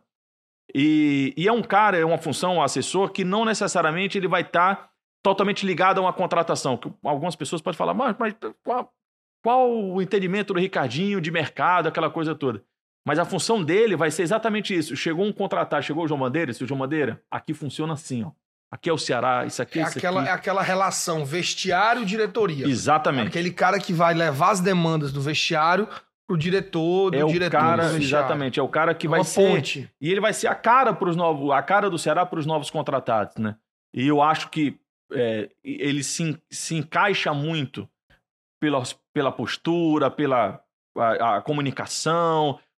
E, e é um cara, é uma função, um assessor, que não necessariamente ele vai estar totalmente ligado a uma contratação. Que algumas pessoas podem falar, mas, mas qual, qual o entendimento do Ricardinho de mercado, aquela coisa toda? Mas a função dele vai ser exatamente isso. Chegou um contratar, chegou o João Bandeira, esse João Bandeira, aqui funciona assim, ó. Aqui é o Ceará, isso aqui é É isso aquela, aqui. é aquela relação vestiário-diretoria. Exatamente. Aquele cara que vai levar as demandas do vestiário pro diretor, do É o diretor cara, do vestiário. exatamente, é o cara que É vai uma ser... ponte. E ele vai ser a cara pros novos, a cara do Ceará para os novos contratados, né? E eu acho que é, ele se, se encaixa muito pela, pela postura, pela a, a comunicação,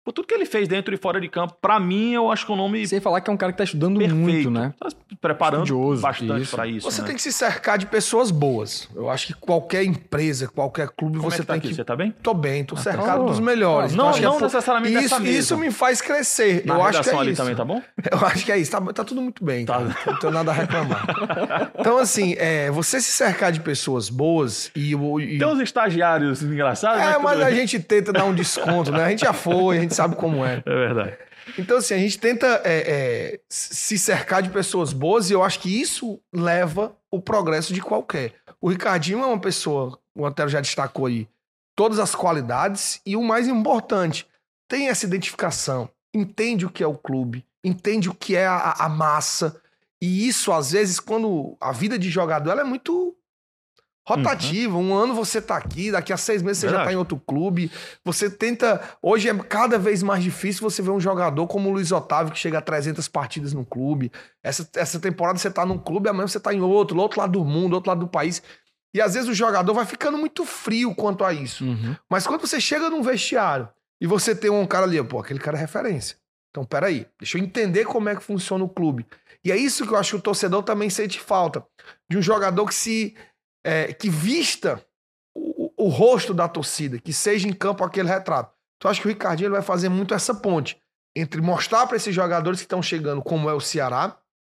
por tudo que ele fez dentro e fora de campo. Pra mim, eu acho que o nome Sem falar que é um cara que tá estudando perfeito. muito, né? Tá se preparando Estudioso, bastante isso. pra isso. Você né? tem que se cercar de pessoas boas. Eu acho que qualquer empresa, qualquer clube, Como você é que tá tem aqui? que... Você tá bem? Tô bem, tô cercado tá. dos melhores. Não, Então, acho que não é- necessariamente isso, dessa mesa. isso me faz crescer. Na eu acho que redação é ali isso. também, tá bom? Eu acho que é isso. Tá, tá tudo muito bem, Tá. cara. Não tenho nada a reclamar. Então, assim, é, você se cercar de pessoas boas e... o- e- Tem uns estagiários engraçados, É, tudo mas a bem. gente tenta dar um desconto, né? A gente já foi, a gente sabe como é. É verdade. Então, assim, a gente tenta é, é, se cercar de pessoas boas e eu acho que isso leva o progresso de qualquer. O Ricardinho é uma pessoa, o Antero já destacou aí, todas as qualidades e o mais importante, tem essa identificação, entende o que é o clube, entende o que é a, a massa e isso, às vezes, quando a vida de jogador ela é muito rotativa. Um ano você tá aqui, daqui a seis meses você Verdade. já tá em outro clube. Você tenta... Hoje é cada vez mais difícil você ver um jogador como o Luiz Otávio, que chega a trezentas partidas no clube. Essa, essa temporada você tá num clube, amanhã você tá em outro, no outro lado do mundo, outro lado do país. E às vezes o jogador vai ficando muito frio quanto a isso. Uhum. Mas quando você chega num vestiário e você tem um cara ali, pô, aquele cara é referência. Então, peraí, deixa eu entender como é que funciona o clube. E é isso que eu acho que o torcedor também sente falta. De um jogador que se... É, que vista o, o rosto da torcida, que seja em campo aquele retrato. Então, acho que o Ricardinho ele vai fazer muito essa ponte entre mostrar para esses jogadores que estão chegando como é o Ceará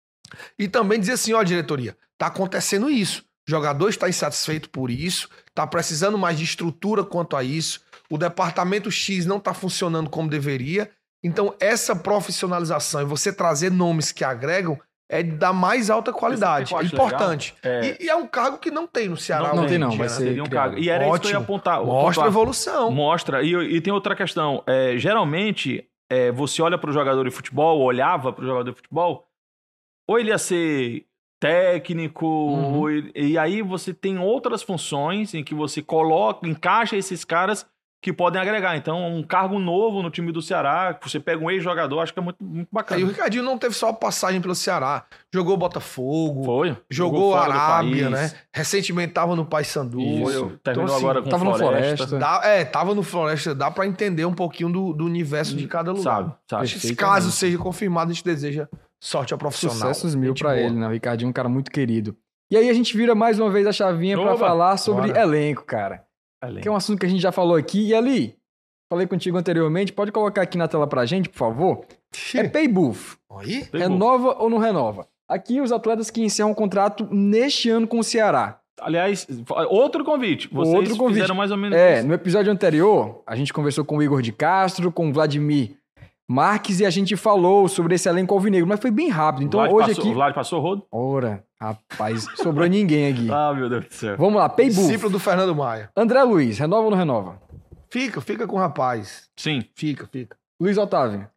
e também dizer assim, ó, diretoria, tá acontecendo isso. O jogador está insatisfeito por isso, tá precisando mais de estrutura quanto a isso, o departamento X não tá funcionando como deveria. Então, essa profissionalização e você trazer nomes que agregam é da mais alta qualidade. Sabe o É que eu acho importante. legal? É. E, e é um cargo que não tem no Ceará. Não hoje tem em não, dia, vai né? ser Seria um criado. cargo. E era isso que eu ia Ótimo. apontar. Mostra pontuar. evolução. Mostra. E, e tem outra questão. É, geralmente, é, você olha para o jogador de futebol, olhava para o jogador de futebol, ou ele ia ser técnico, Uhum. ou ele- e aí você tem outras funções em que você coloca, encaixa esses caras que podem agregar. Então, um cargo novo no time do Ceará, você pega um ex-jogador, acho que é muito, muito Aí o bacana. Ricardinho não teve só passagem pelo Ceará. Jogou Botafogo, Foi. jogou fora do Arábia, país. né? Recentemente tava no Paysandu. Isso. Terminou assim, agora com tava no Floresta. Floresta. Dá, é, tava no Floresta. Dá pra entender um pouquinho do, do universo de cada lugar. Sabe, sabe. Se Perfeitamente. caso seja confirmado, a gente deseja sorte ao profissional. Sucessos mil Gente pra boa. ele, né? O Ricardinho é um cara muito querido. E aí a gente vira mais uma vez a chavinha pra Oba, falar sobre bora. elenco, cara. Que é um assunto que a gente já falou aqui. E ali, falei contigo anteriormente, pode colocar aqui na tela pra gente, por favor? É pay booth. Aí? Pegou. Renova ou não renova? Aqui os atletas que encerram o contrato neste ano com o Ceará. Aliás, outro convite. Vocês Outro convite. fizeram mais ou menos É, isso. no episódio anterior, a gente conversou com o Igor de Castro, com o Vladimir Marques e a gente falou sobre esse elenco alvinegro, mas foi bem rápido. Então Vlad hoje passou, aqui... O Vlad passou o rodo? Ora, rapaz, sobrou ninguém aqui. Ah, meu Deus do céu. Vamos lá, pay booth. Discípulo do Fernando Maia. André Luiz, renova ou não renova? Fica, fica com o rapaz. Sim. Fica, fica. Luiz Otávio.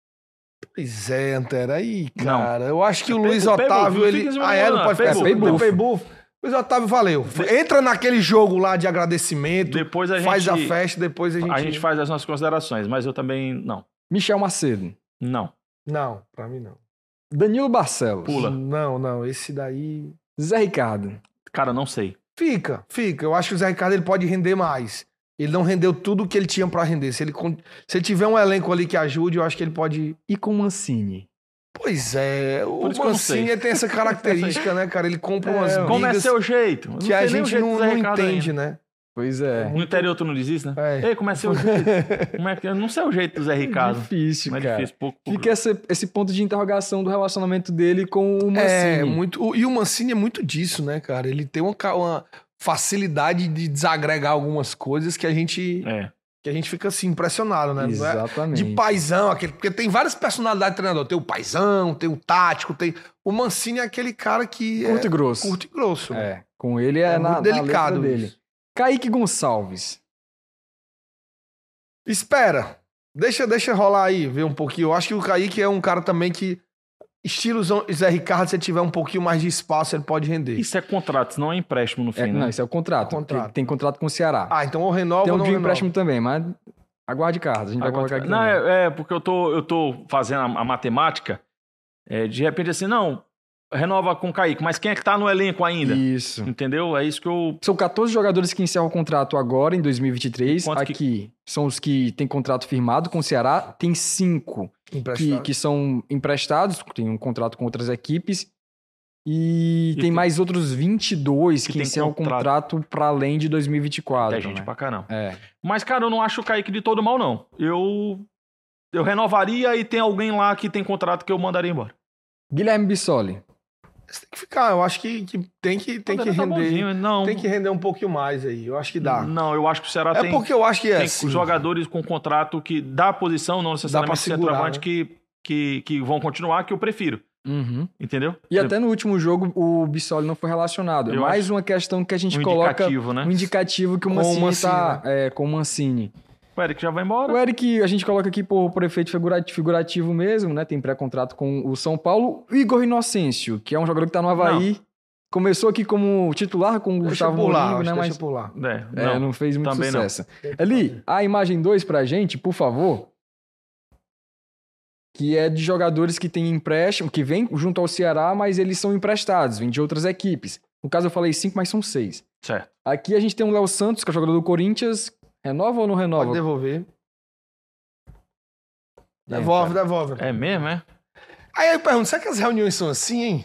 Pois é, Antero. Aí, Não. cara. Eu acho que o É Luiz pay- pay Otávio, booth, ele... fica em cima Ah, do é? gol, Não não. pode Pay ficar booth. assim. Pay booth. Luiz Otávio, valeu. Entra naquele jogo lá de agradecimento, Depois a gente, faz a festa, depois a gente... a gente faz as nossas considerações, mas eu também não. Michel Macedo. Não. Não, pra mim não. Danilo Barcelos. Pula. Não, não. Esse daí... Zé Ricardo. Cara, não sei. Fica, fica. Eu acho que o Zé Ricardo ele pode render mais. Ele não rendeu tudo o que ele tinha pra render. Se ele, con- se ele tiver um elenco ali que ajude, eu acho que ele pode... E com Mancini. Pois é, o Por isso que eu não Mancini sei. ele tem essa característica, né, cara? Ele compra É, umas como Como é brigas seu jeito? Eu não que a sei nem o gente jeito não, do Zé não Ricardo entende, ainda. né? Pois é. No interior tu não diz isso, né? É. Ei, como é seu jeito? Como é que... Eu não sei o jeito do Zé Ricardo. Difícil, Mas cara. difícil, pouco. Fica esse, esse ponto de interrogação do relacionamento dele com o Mancini. É, muito. o- E o Mancini é muito disso, né, cara? Ele tem uma, ca- uma facilidade de desagregar algumas coisas que a gente, É. que a gente fica assim, impressionado, né? Não é Exatamente. de paizão, aquele, porque tem várias personalidades de treinador. Tem o paizão, tem o tático, tem. O Mancini é aquele cara que Curto é e grosso. curto e grosso. né? É, com ele é, É na, muito na delicado letra dele. isso. Kaique Gonçalves. Espera. Deixa, deixa rolar aí, ver um pouquinho. Eu acho que o Kaique é um cara também que, estilo Zé Ricardo, se ele tiver um pouquinho mais de espaço, ele pode render. Isso é contrato, não é empréstimo no fim, É, né? não, isso é o contrato. Contrato. Tem, tem contrato com o Ceará. Ah, então ou renova tem ou um não de renova. empréstimo também, mas aguarde cartas. A gente vai colocar aqui Não, também. é, é, porque eu tô, eu tô fazendo a, a matemática. É, de repente, assim, não. renova com o Kaique, mas quem é que tá no elenco ainda? Isso. Entendeu? É isso que eu... São quatorze jogadores que encerram o contrato agora, em dois mil e vinte e três. Quanto Aqui que- são os que têm contrato firmado com o Ceará. Tem cinco que, Emprestado. que são emprestados, tem um contrato com outras equipes. E, E tem tem- mais outros vinte e dois que que, tem encerram o contrato. contrato para além de dois mil e vinte e quatro. É gente né? pra caramba. É. Mas, cara, eu não acho o Kaique de todo mal, não. Eu... Eu renovaria e tem alguém lá que tem contrato que eu mandaria embora. Guilherme Bissoli. Você tem que ficar, eu acho que, que tem que, tem que Tá render. bonzinho, não. Tem que render um pouquinho mais aí. Eu acho que dá. Não, eu acho que o Ceará É tem... porque eu acho que é tem assim. jogadores com contrato que dá posição, não necessariamente Dá pra segurar, centroavante, né? que, que, que vão continuar, que eu prefiro. Uhum. Entendeu? E até no último jogo o Bissoli não foi relacionado. É Eu mais uma questão que a gente um coloca indicativo, né? um indicativo que o Com o Mancini, Mancini, tá é, com o Mancini. O Eric já vai embora. O Eric, a gente coloca aqui por, por efeito figurati- figurativo mesmo, né? Tem pré-contrato com o São Paulo. O Igor Inocêncio, que é um jogador que tá no Havaí. Começou aqui como titular com o Deixa Gustavo por lá, Mourinho, acho né? que Mas deixa por lá. É, é, não. não, fez muito também não. sucesso. Ali, a imagem dois pra gente, por favor. Que é de jogadores que têm empréstimo, que vêm junto ao Ceará, mas eles são emprestados, vêm de outras equipes. No caso eu falei cinco, mas são seis. Certo. Aqui a gente tem o Léo Santos, que é jogador do Corinthians. Renova ou não renova? Pode devolver. É, Devolve, cara. devolve. É mesmo, é? Aí eu pergunto, será que as reuniões são assim, hein?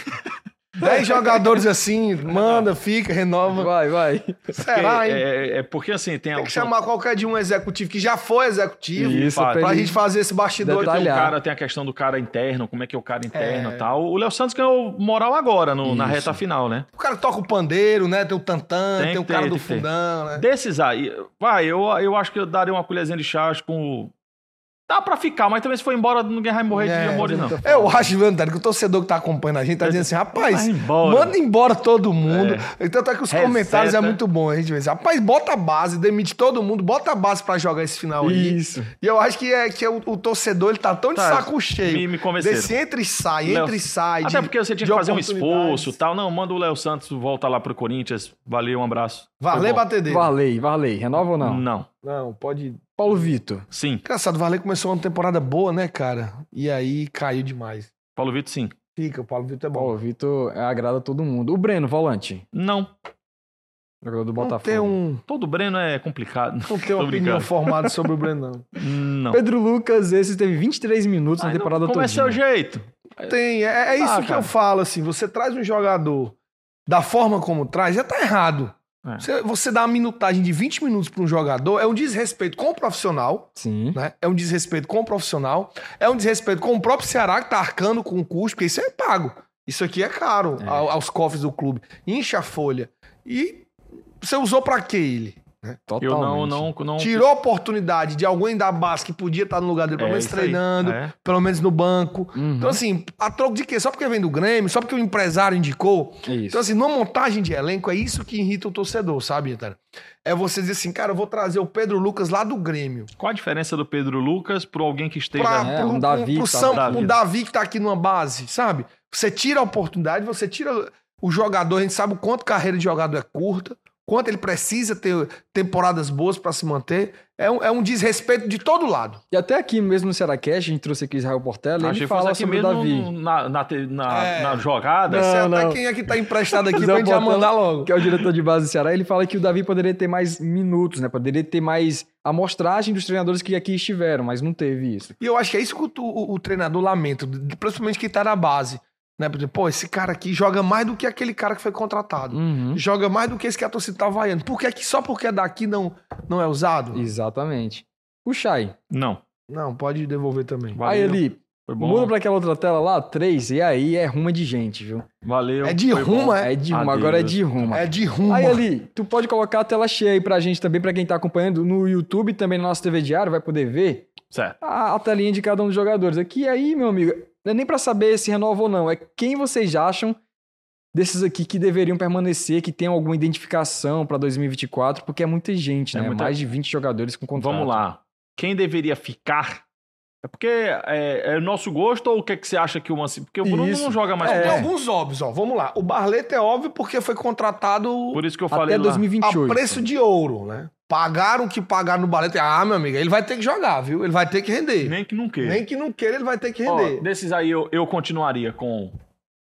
Dez jogadores assim, manda, fica, renova. Vai, vai. Será, hein? É, é, é porque assim, tem... Tem que chamar qualquer de um executivo que já foi executivo Isso, fato. pra ele- gente fazer esse bastidor. Tem, o detalhar. cara, tem a questão do cara interno, como é que é o cara interno e É. tal. O Léo Santos ganhou moral agora, no- na Isso. reta final, né? O cara toca o pandeiro, né? Tem o tantã, Tem tem, o que cara ter, do tem que ter. fundão, né? Desses aí, vai, eu, eu acho que eu daria uma colherzinha de chá com... o- Dá pra ficar, mas também se for embora, ninguém vai morrer É, de amores, não. Eu acho, Leandro, que o torcedor que tá acompanhando a gente tá dizendo assim, rapaz, Vai embora. manda embora todo mundo. Então tá que os Reseta. comentários é muito bom. A gente vê assim, rapaz, bota a base, demite todo mundo, bota a base pra jogar esse final aí. Isso. E eu acho que é que é o, o torcedor, ele tá tão de Tá, saco cheio. me- me convenceram. Desse entra e sai, Léo- entra e sai. Até de- porque você tinha de que fazer um oportunidades. esforço e tal. Não, manda o Léo Santos volta lá pro Corinthians. Valeu, um abraço. Valeu, Foi bom. bater dele. Varley, Varley. Renova ou não? Não. Não, pode... Paulo Vitor. Sim. Engraçado, o Varley começou uma temporada boa, né, cara? E aí caiu demais. Paulo Vitor, sim. Fica, o Paulo Vitor é bom. Paulo Vitor agrada todo mundo. O Breno, volante. Não. Jogador do Não Botafogo. tem um... Todo Breno é complicado. Não tem uma Tô opinião brincando. formada sobre o Breno, não. Não. Pedro Lucas, esse teve vinte e três minutos Ai, na não- temporada Como toda. é seu jeito? Tem, é, é isso Ah, que cara. eu falo, assim, você traz um jogador da forma como traz, já tá errado. É. Você, você dá uma minutagem de vinte minutos para um jogador, é um desrespeito com o profissional, Sim. né? É um desrespeito com o profissional, é um desrespeito com o próprio Ceará que tá arcando com o custo, porque isso é pago. Isso aqui é caro É. ao- aos cofres do clube. Incha a folha. E você usou pra quê ele? Totalmente. Eu não, não, não. Tirou a oportunidade de alguém da base que podia estar no lugar dele, pelo É menos isso aí. treinando, É. pelo menos no banco. Uhum. Então, assim, a troco de quê? Só porque vem do Grêmio, só porque o empresário indicou. É isso. Então, assim, numa montagem de elenco, é isso que irrita o torcedor, sabe, cara? É você dizer assim, cara, eu vou trazer o Pedro Lucas lá do Grêmio. Qual a diferença do Pedro Lucas para alguém que esteja... Pra, É, pro, um Davi pro que tá- São- Davi. um Davi que tá aqui numa base, sabe? Você tira a oportunidade, você tira o jogador, a gente sabe o quanto carreira de jogador é curta, quanto ele precisa ter temporadas boas pra se manter. É um, é um desrespeito de todo lado. E até aqui mesmo no Cearacast, a gente trouxe aqui Israel Portela, Achei ele que fosse fala aqui sobre o mesmo Davi. no- na, na, te- na- É. na jogada. Não, sei Não, até não. quem é que tá emprestado aqui Zé pra gente já Portela, mandar logo. Que é o diretor de base do Ceará, ele fala que o Davi poderia ter mais minutos, né? Poderia ter mais amostragem dos treinadores que aqui estiveram, mas não teve isso. E eu acho que é isso que o, o- o treinador lamenta, principalmente quem tá na base. Né? Porque, pô, esse cara aqui joga mais do que aquele cara que foi contratado. Uhum. Joga mais do que esse que a torcida tá vaiando. Por que é que só porque é daqui não, não é usado? Exatamente. O Chay. Não. Não, pode devolver também. Valeu. Aí ele Foi bom. muda pra aquela outra tela lá, três, e aí é ruma de gente, viu? Valeu. É de foi bom. rumo, é? É de ruma, agora é de ruma. É de rumo. Aí ali, tu pode colocar a tela cheia aí pra gente também, pra quem tá acompanhando no YouTube, também na nossa T V Diário, vai poder ver Certo. a, a telinha de cada um dos jogadores. Aqui aí, meu amigo, não é nem pra saber se renova ou não, é quem vocês acham desses aqui que deveriam permanecer, que tenham alguma identificação pra dois mil e vinte e quatro, porque é muita gente, É né? muita- Mais de vinte jogadores com contrato. Vamos lá. Quem deveria ficar? É porque é, é o nosso gosto ou o que, é que você acha que o Mancini... Porque o Bruno Isso. não joga mais É. com Tem ele. alguns óbvios, ó. Vamos lá. O Barleta é óbvio porque foi contratado Por isso que eu falei Até lá. dois mil e vinte e a oito. preço de ouro, né? Pagaram o que pagaram no Barleta. Ah, meu amigo, ele vai ter que jogar, viu? Ele vai ter que render. Nem, Nem que não queira. que não queira, ele vai ter que Ó, render. desses aí eu, eu continuaria com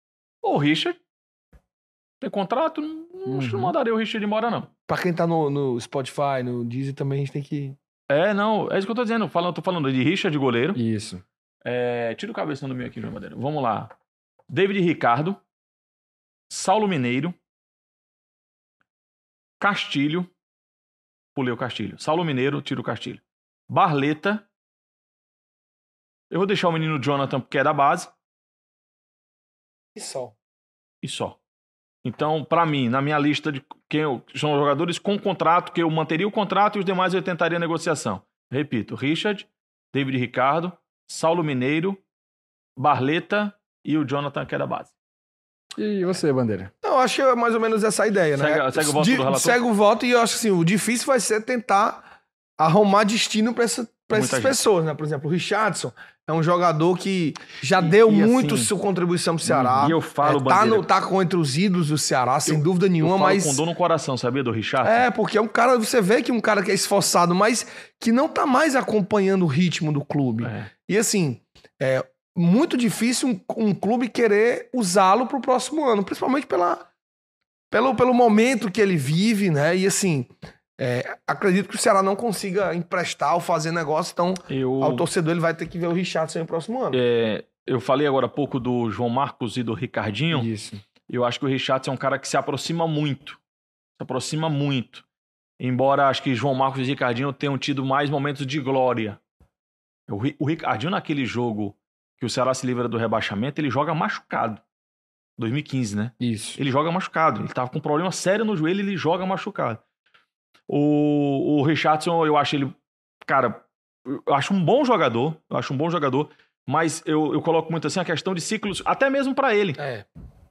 O Richard tem contrato, não, Uhum. acho que não mandaria o Richard embora, não. Pra quem tá no, no Spotify, no Deezer, também a gente tem que... É, não, é isso que eu tô dizendo. Falando, tô falando de Richard de goleiro. Isso. É, tira o cabeção do meio aqui, João Madeira. Vamos lá. David Ricardo. Saulo Mineiro. Castilho. Pulei o Castilho. Saulo Mineiro, tira o Castilho. Barleta. Eu vou deixar o menino Jonathan, porque é da base. E só. E só. Então, pra mim, na minha lista de quem eu, são jogadores com contrato, que eu manteria o contrato e os demais eu tentaria a negociação. Repito, Richard, David Ricardo, Saulo Mineiro, Barleta e o Jonathan, que é da base. E você, Bandeira? Eu acho que é mais ou menos essa a ideia, né? Segue- segue o voto De- do relator? Segue o voto e eu acho que assim, o difícil vai ser tentar arrumar destino pra, essa, pra Muita essas gente. pessoas, né? Por exemplo, o Richardson é um jogador que já deu e muito assim, sua contribuição pro Ceará. e eu falo, é, tá, Bandeira, no, tá com entre os ídolos do Ceará, sem dúvida Eu nenhuma, falo mas... com dor no coração, sabia, do Richard? É, porque é um cara, você vê que é um cara que é esforçado, mas que não tá mais acompanhando o ritmo do clube. É. E assim, é muito difícil um, um clube querer usá-lo pro próximo ano, principalmente pela, pelo, pelo momento que ele vive, né? E assim, é, acredito que o Ceará não consiga emprestar ou fazer negócio, então Eu, ao torcedor ele vai ter que ver o Richardson no próximo ano. é, eu falei agora há pouco do João Marcos e do Ricardinho. Isso. Eu acho que o Richardson é um cara que se aproxima muito. Se aproxima muito. Embora acho que João Marcos e Ricardinho tenham tido mais momentos de glória. O, Ri- o Ricardinho, naquele jogo que o Ceará se livra do rebaixamento, ele joga machucado. dois mil e quinze, né? Isso. Ele joga machucado. Ele tava com um problema sério no joelho, ele joga machucado. O, o Richardson, eu acho ele... Cara, eu acho um bom jogador. Eu acho um bom jogador. Mas eu, eu coloco muito assim a questão de ciclos, até mesmo pra ele. É.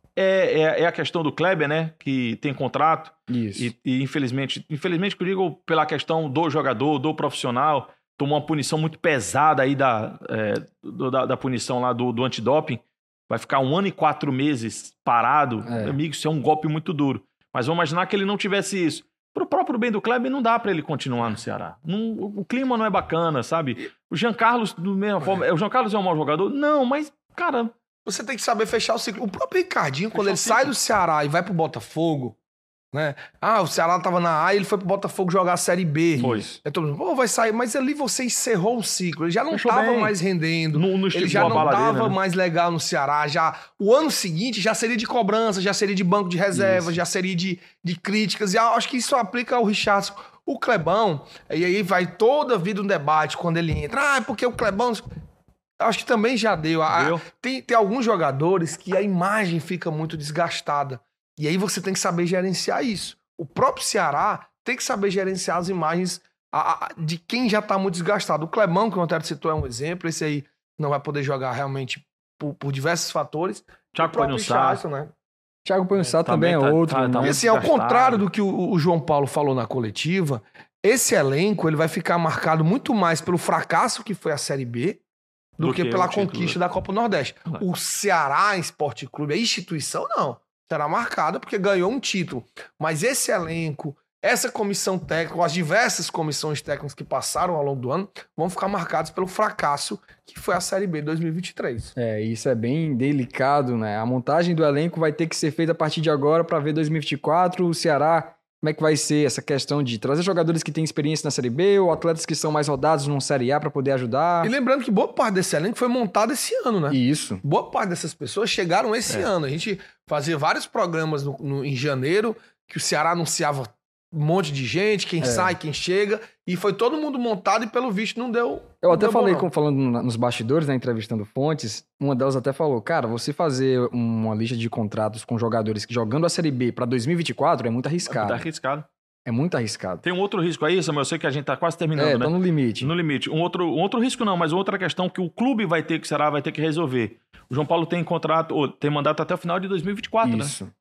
É, é, é a questão do Kleber, né? Que tem contrato. Isso. E, e infelizmente, infelizmente, que eu digo pela questão do jogador, do profissional, tomou uma punição muito pesada aí da, é, do- da, da punição lá do, do antidoping. Vai ficar um ano e quatro meses parado. É. Meu amigo, isso é um golpe muito duro. Mas vamos imaginar que ele não tivesse isso. Pro próprio bem do Kleber, não dá pra ele continuar no Ceará. Não- o, o clima não é bacana, sabe? O Jean Carlos, da mesma forma. O Jean Carlos é um mau jogador? Não, mas, cara. Você tem que saber fechar o ciclo. O próprio Ricardinho, quando Fechar ele o ciclo. sai do Ceará e vai pro Botafogo, né? Ah, o Ceará tava na A e ele foi pro Botafogo jogar a Série B. Foi. Aí todo mundo, pô, vai sair. Mas ali você encerrou o ciclo. Ele já não Fechou tava bem. mais rendendo. No, no Ele estilo já da não baladeira, tava né? mais legal no Ceará. Já, o ano seguinte já seria de cobrança, já seria de banco de reserva, Isso. já seria de, de críticas. E acho que isso aplica ao Richardson. O Clebão, e aí vai toda a vida um debate quando ele entra. Ah, é porque o Clebão... Acho que também já deu. A- Deu. Tem, tem alguns jogadores que a imagem fica muito desgastada. E aí você tem que saber gerenciar isso. O próprio Ceará tem que saber gerenciar as imagens a- a- de quem já tá muito desgastado. O Clebão, que o Antero citou, é um exemplo. Esse aí não vai poder jogar realmente por, por diversos fatores. Thiago O próprio Panhussá. Richardson, né? Thiago Panhussá também, também é tá- outro. tá- tá né? E muito assim, ao desgastado. contrário do que o, o João Paulo falou na coletiva, esse elenco ele vai ficar marcado muito mais pelo fracasso que foi a Série B do, Do que, que pela o título. conquista da Copa Nordeste. É. O Ceará Esporte Clube, a instituição, não. Será marcada porque ganhou um título. Mas esse elenco, essa comissão técnica, as diversas comissões técnicas que passaram ao longo do ano, vão ficar marcados pelo fracasso que foi a Série B dois mil e vinte e três. É, isso é bem delicado, né? A montagem do elenco vai ter que ser feita a partir de agora para ver dois mil e vinte e quatro, o Ceará, como é que vai ser essa questão de trazer jogadores que têm experiência na Série B ou atletas que são mais rodados numa Série A para poder ajudar. E lembrando que boa parte desse elenco foi montado esse ano, né? Isso. Boa parte dessas pessoas chegaram esse É. ano. A gente fazia vários programas no- no- em janeiro que o Ceará anunciava um monte de gente, quem É. sai, quem chega, e foi todo mundo montado e pelo visto não deu. Eu não até deu bom, falei, não. com- falando na- nos bastidores, né, entrevistando fontes, uma delas até falou, cara, você fazer uma lista de contratos com jogadores que jogando a Série B para dois mil e vinte e quatro é muito arriscado. Tá arriscado. É muito arriscado. Tem um outro risco aí, Samuel, eu sei que a gente tá quase terminando, É, né? tá no limite. No limite. Um outro, um outro risco não, mas outra questão que o clube vai ter, que será, vai ter que resolver. O João Paulo tem contrato, ou tem mandato até o final de dois mil e vinte e quatro, né? Isso.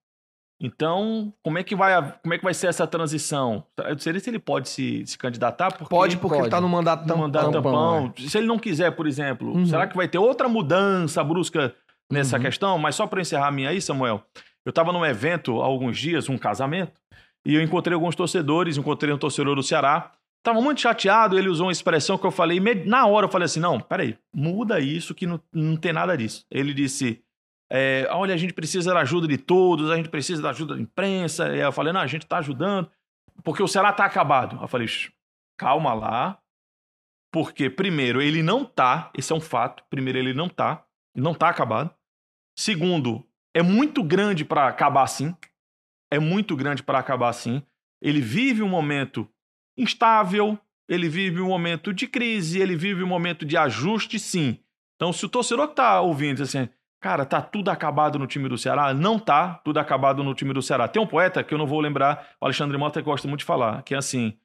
Então, como é que vai, a- como é que vai ser essa transição? Eu não sei se ele pode se, se candidatar, porque Pode, porque Pode. ele tá no mandato no tampão. mandato tampão, tampão. Se ele não quiser, por exemplo, Uhum. será que vai ter outra mudança brusca nessa Uhum. questão? Mas só para encerrar a minha aí, Samuel, eu estava num evento há alguns dias, um casamento, e eu encontrei alguns torcedores, encontrei um torcedor do Ceará, estava muito chateado, ele usou uma expressão que eu falei, me- na hora eu falei assim, não, peraí, muda isso que não, não tem nada disso. Ele disse, é, olha, a gente precisa da ajuda de todos, a gente precisa da ajuda da imprensa. E eu falei, não, a gente tá ajudando, porque o Ceará tá acabado. Eu falei, calma lá, porque primeiro, ele não tá, esse é um fato, primeiro, ele não tá, ele não tá acabado. Segundo, é muito grande para acabar assim, é muito grande para acabar assim. Ele vive um momento instável, ele vive um momento de crise, ele vive um momento de ajuste, sim. Então, se o torcedor que tá ouvindo diz assim, cara, tá tudo acabado no time do Ceará, não tá tudo acabado no time do Ceará. Tem um poeta que eu não vou lembrar, o Alexandre Mota gosta muito de falar, que é assim,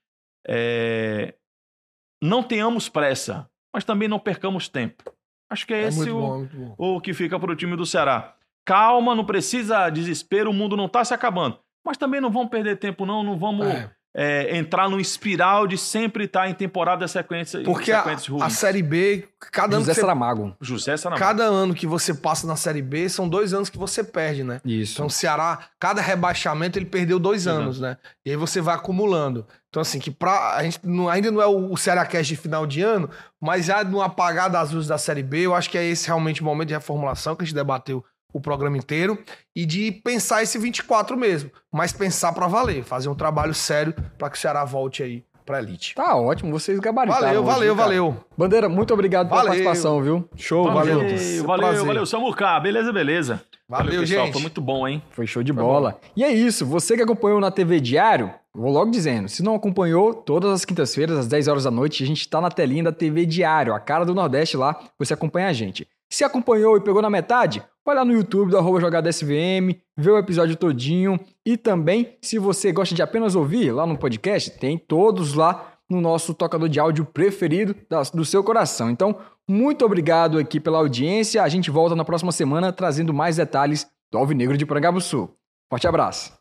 é... não tenhamos pressa, mas também não percamos tempo. Acho que é, é esse o, bom, o que fica pro time do Ceará. Calma, não precisa desespero, o mundo não tá se acabando. Mas também não vamos perder tempo, não. Não vamos é. É, entrar num espiral de sempre estar em temporada sequência. Porque a, a Série B, cada José ano. Você, Saramago. José Saramago. Cada ano que você passa na Série B são dois anos que você perde, né? Isso. Então o Ceará, cada rebaixamento, ele perdeu dois Uhum. anos, né? E aí você vai acumulando. Então, assim, que pra, a gente não, ainda não é o, o Ceará Cast de final de ano, mas já no apagar das luzes da Série B, eu acho que é esse realmente o momento de reformulação que a gente debateu o programa inteiro, e de pensar esse vinte e quatro mesmo, mas pensar pra valer, fazer um trabalho sério pra que o Ceará volte aí pra elite. Tá ótimo, vocês gabaritaram. Valeu, hoje, valeu, cara. valeu. Bandeira, muito obrigado pela Valeu. participação, viu? Show, Valeu, valeu. valeu, valeu, Prazer. valeu, Samuca. Beleza, beleza. Valeu, pessoal. gente. Foi muito bom, hein? Foi show de Foi bola. bom. E é isso, você que acompanhou na T V Diário, vou logo dizendo, se não acompanhou, todas as quintas-feiras, às dez horas da noite, a gente tá na telinha da T V Diário, a cara do Nordeste lá, você acompanha a gente. Se acompanhou e pegou na metade, vai lá no YouTube do arroba jogada S V M, vê o episódio todinho. E também, se você gosta de apenas ouvir lá no podcast, tem todos lá no nosso tocador de áudio preferido da- do seu coração. Então, muito obrigado aqui pela audiência. A gente volta na próxima semana trazendo mais detalhes do Alvinegro de Porangabuçu. Forte abraço.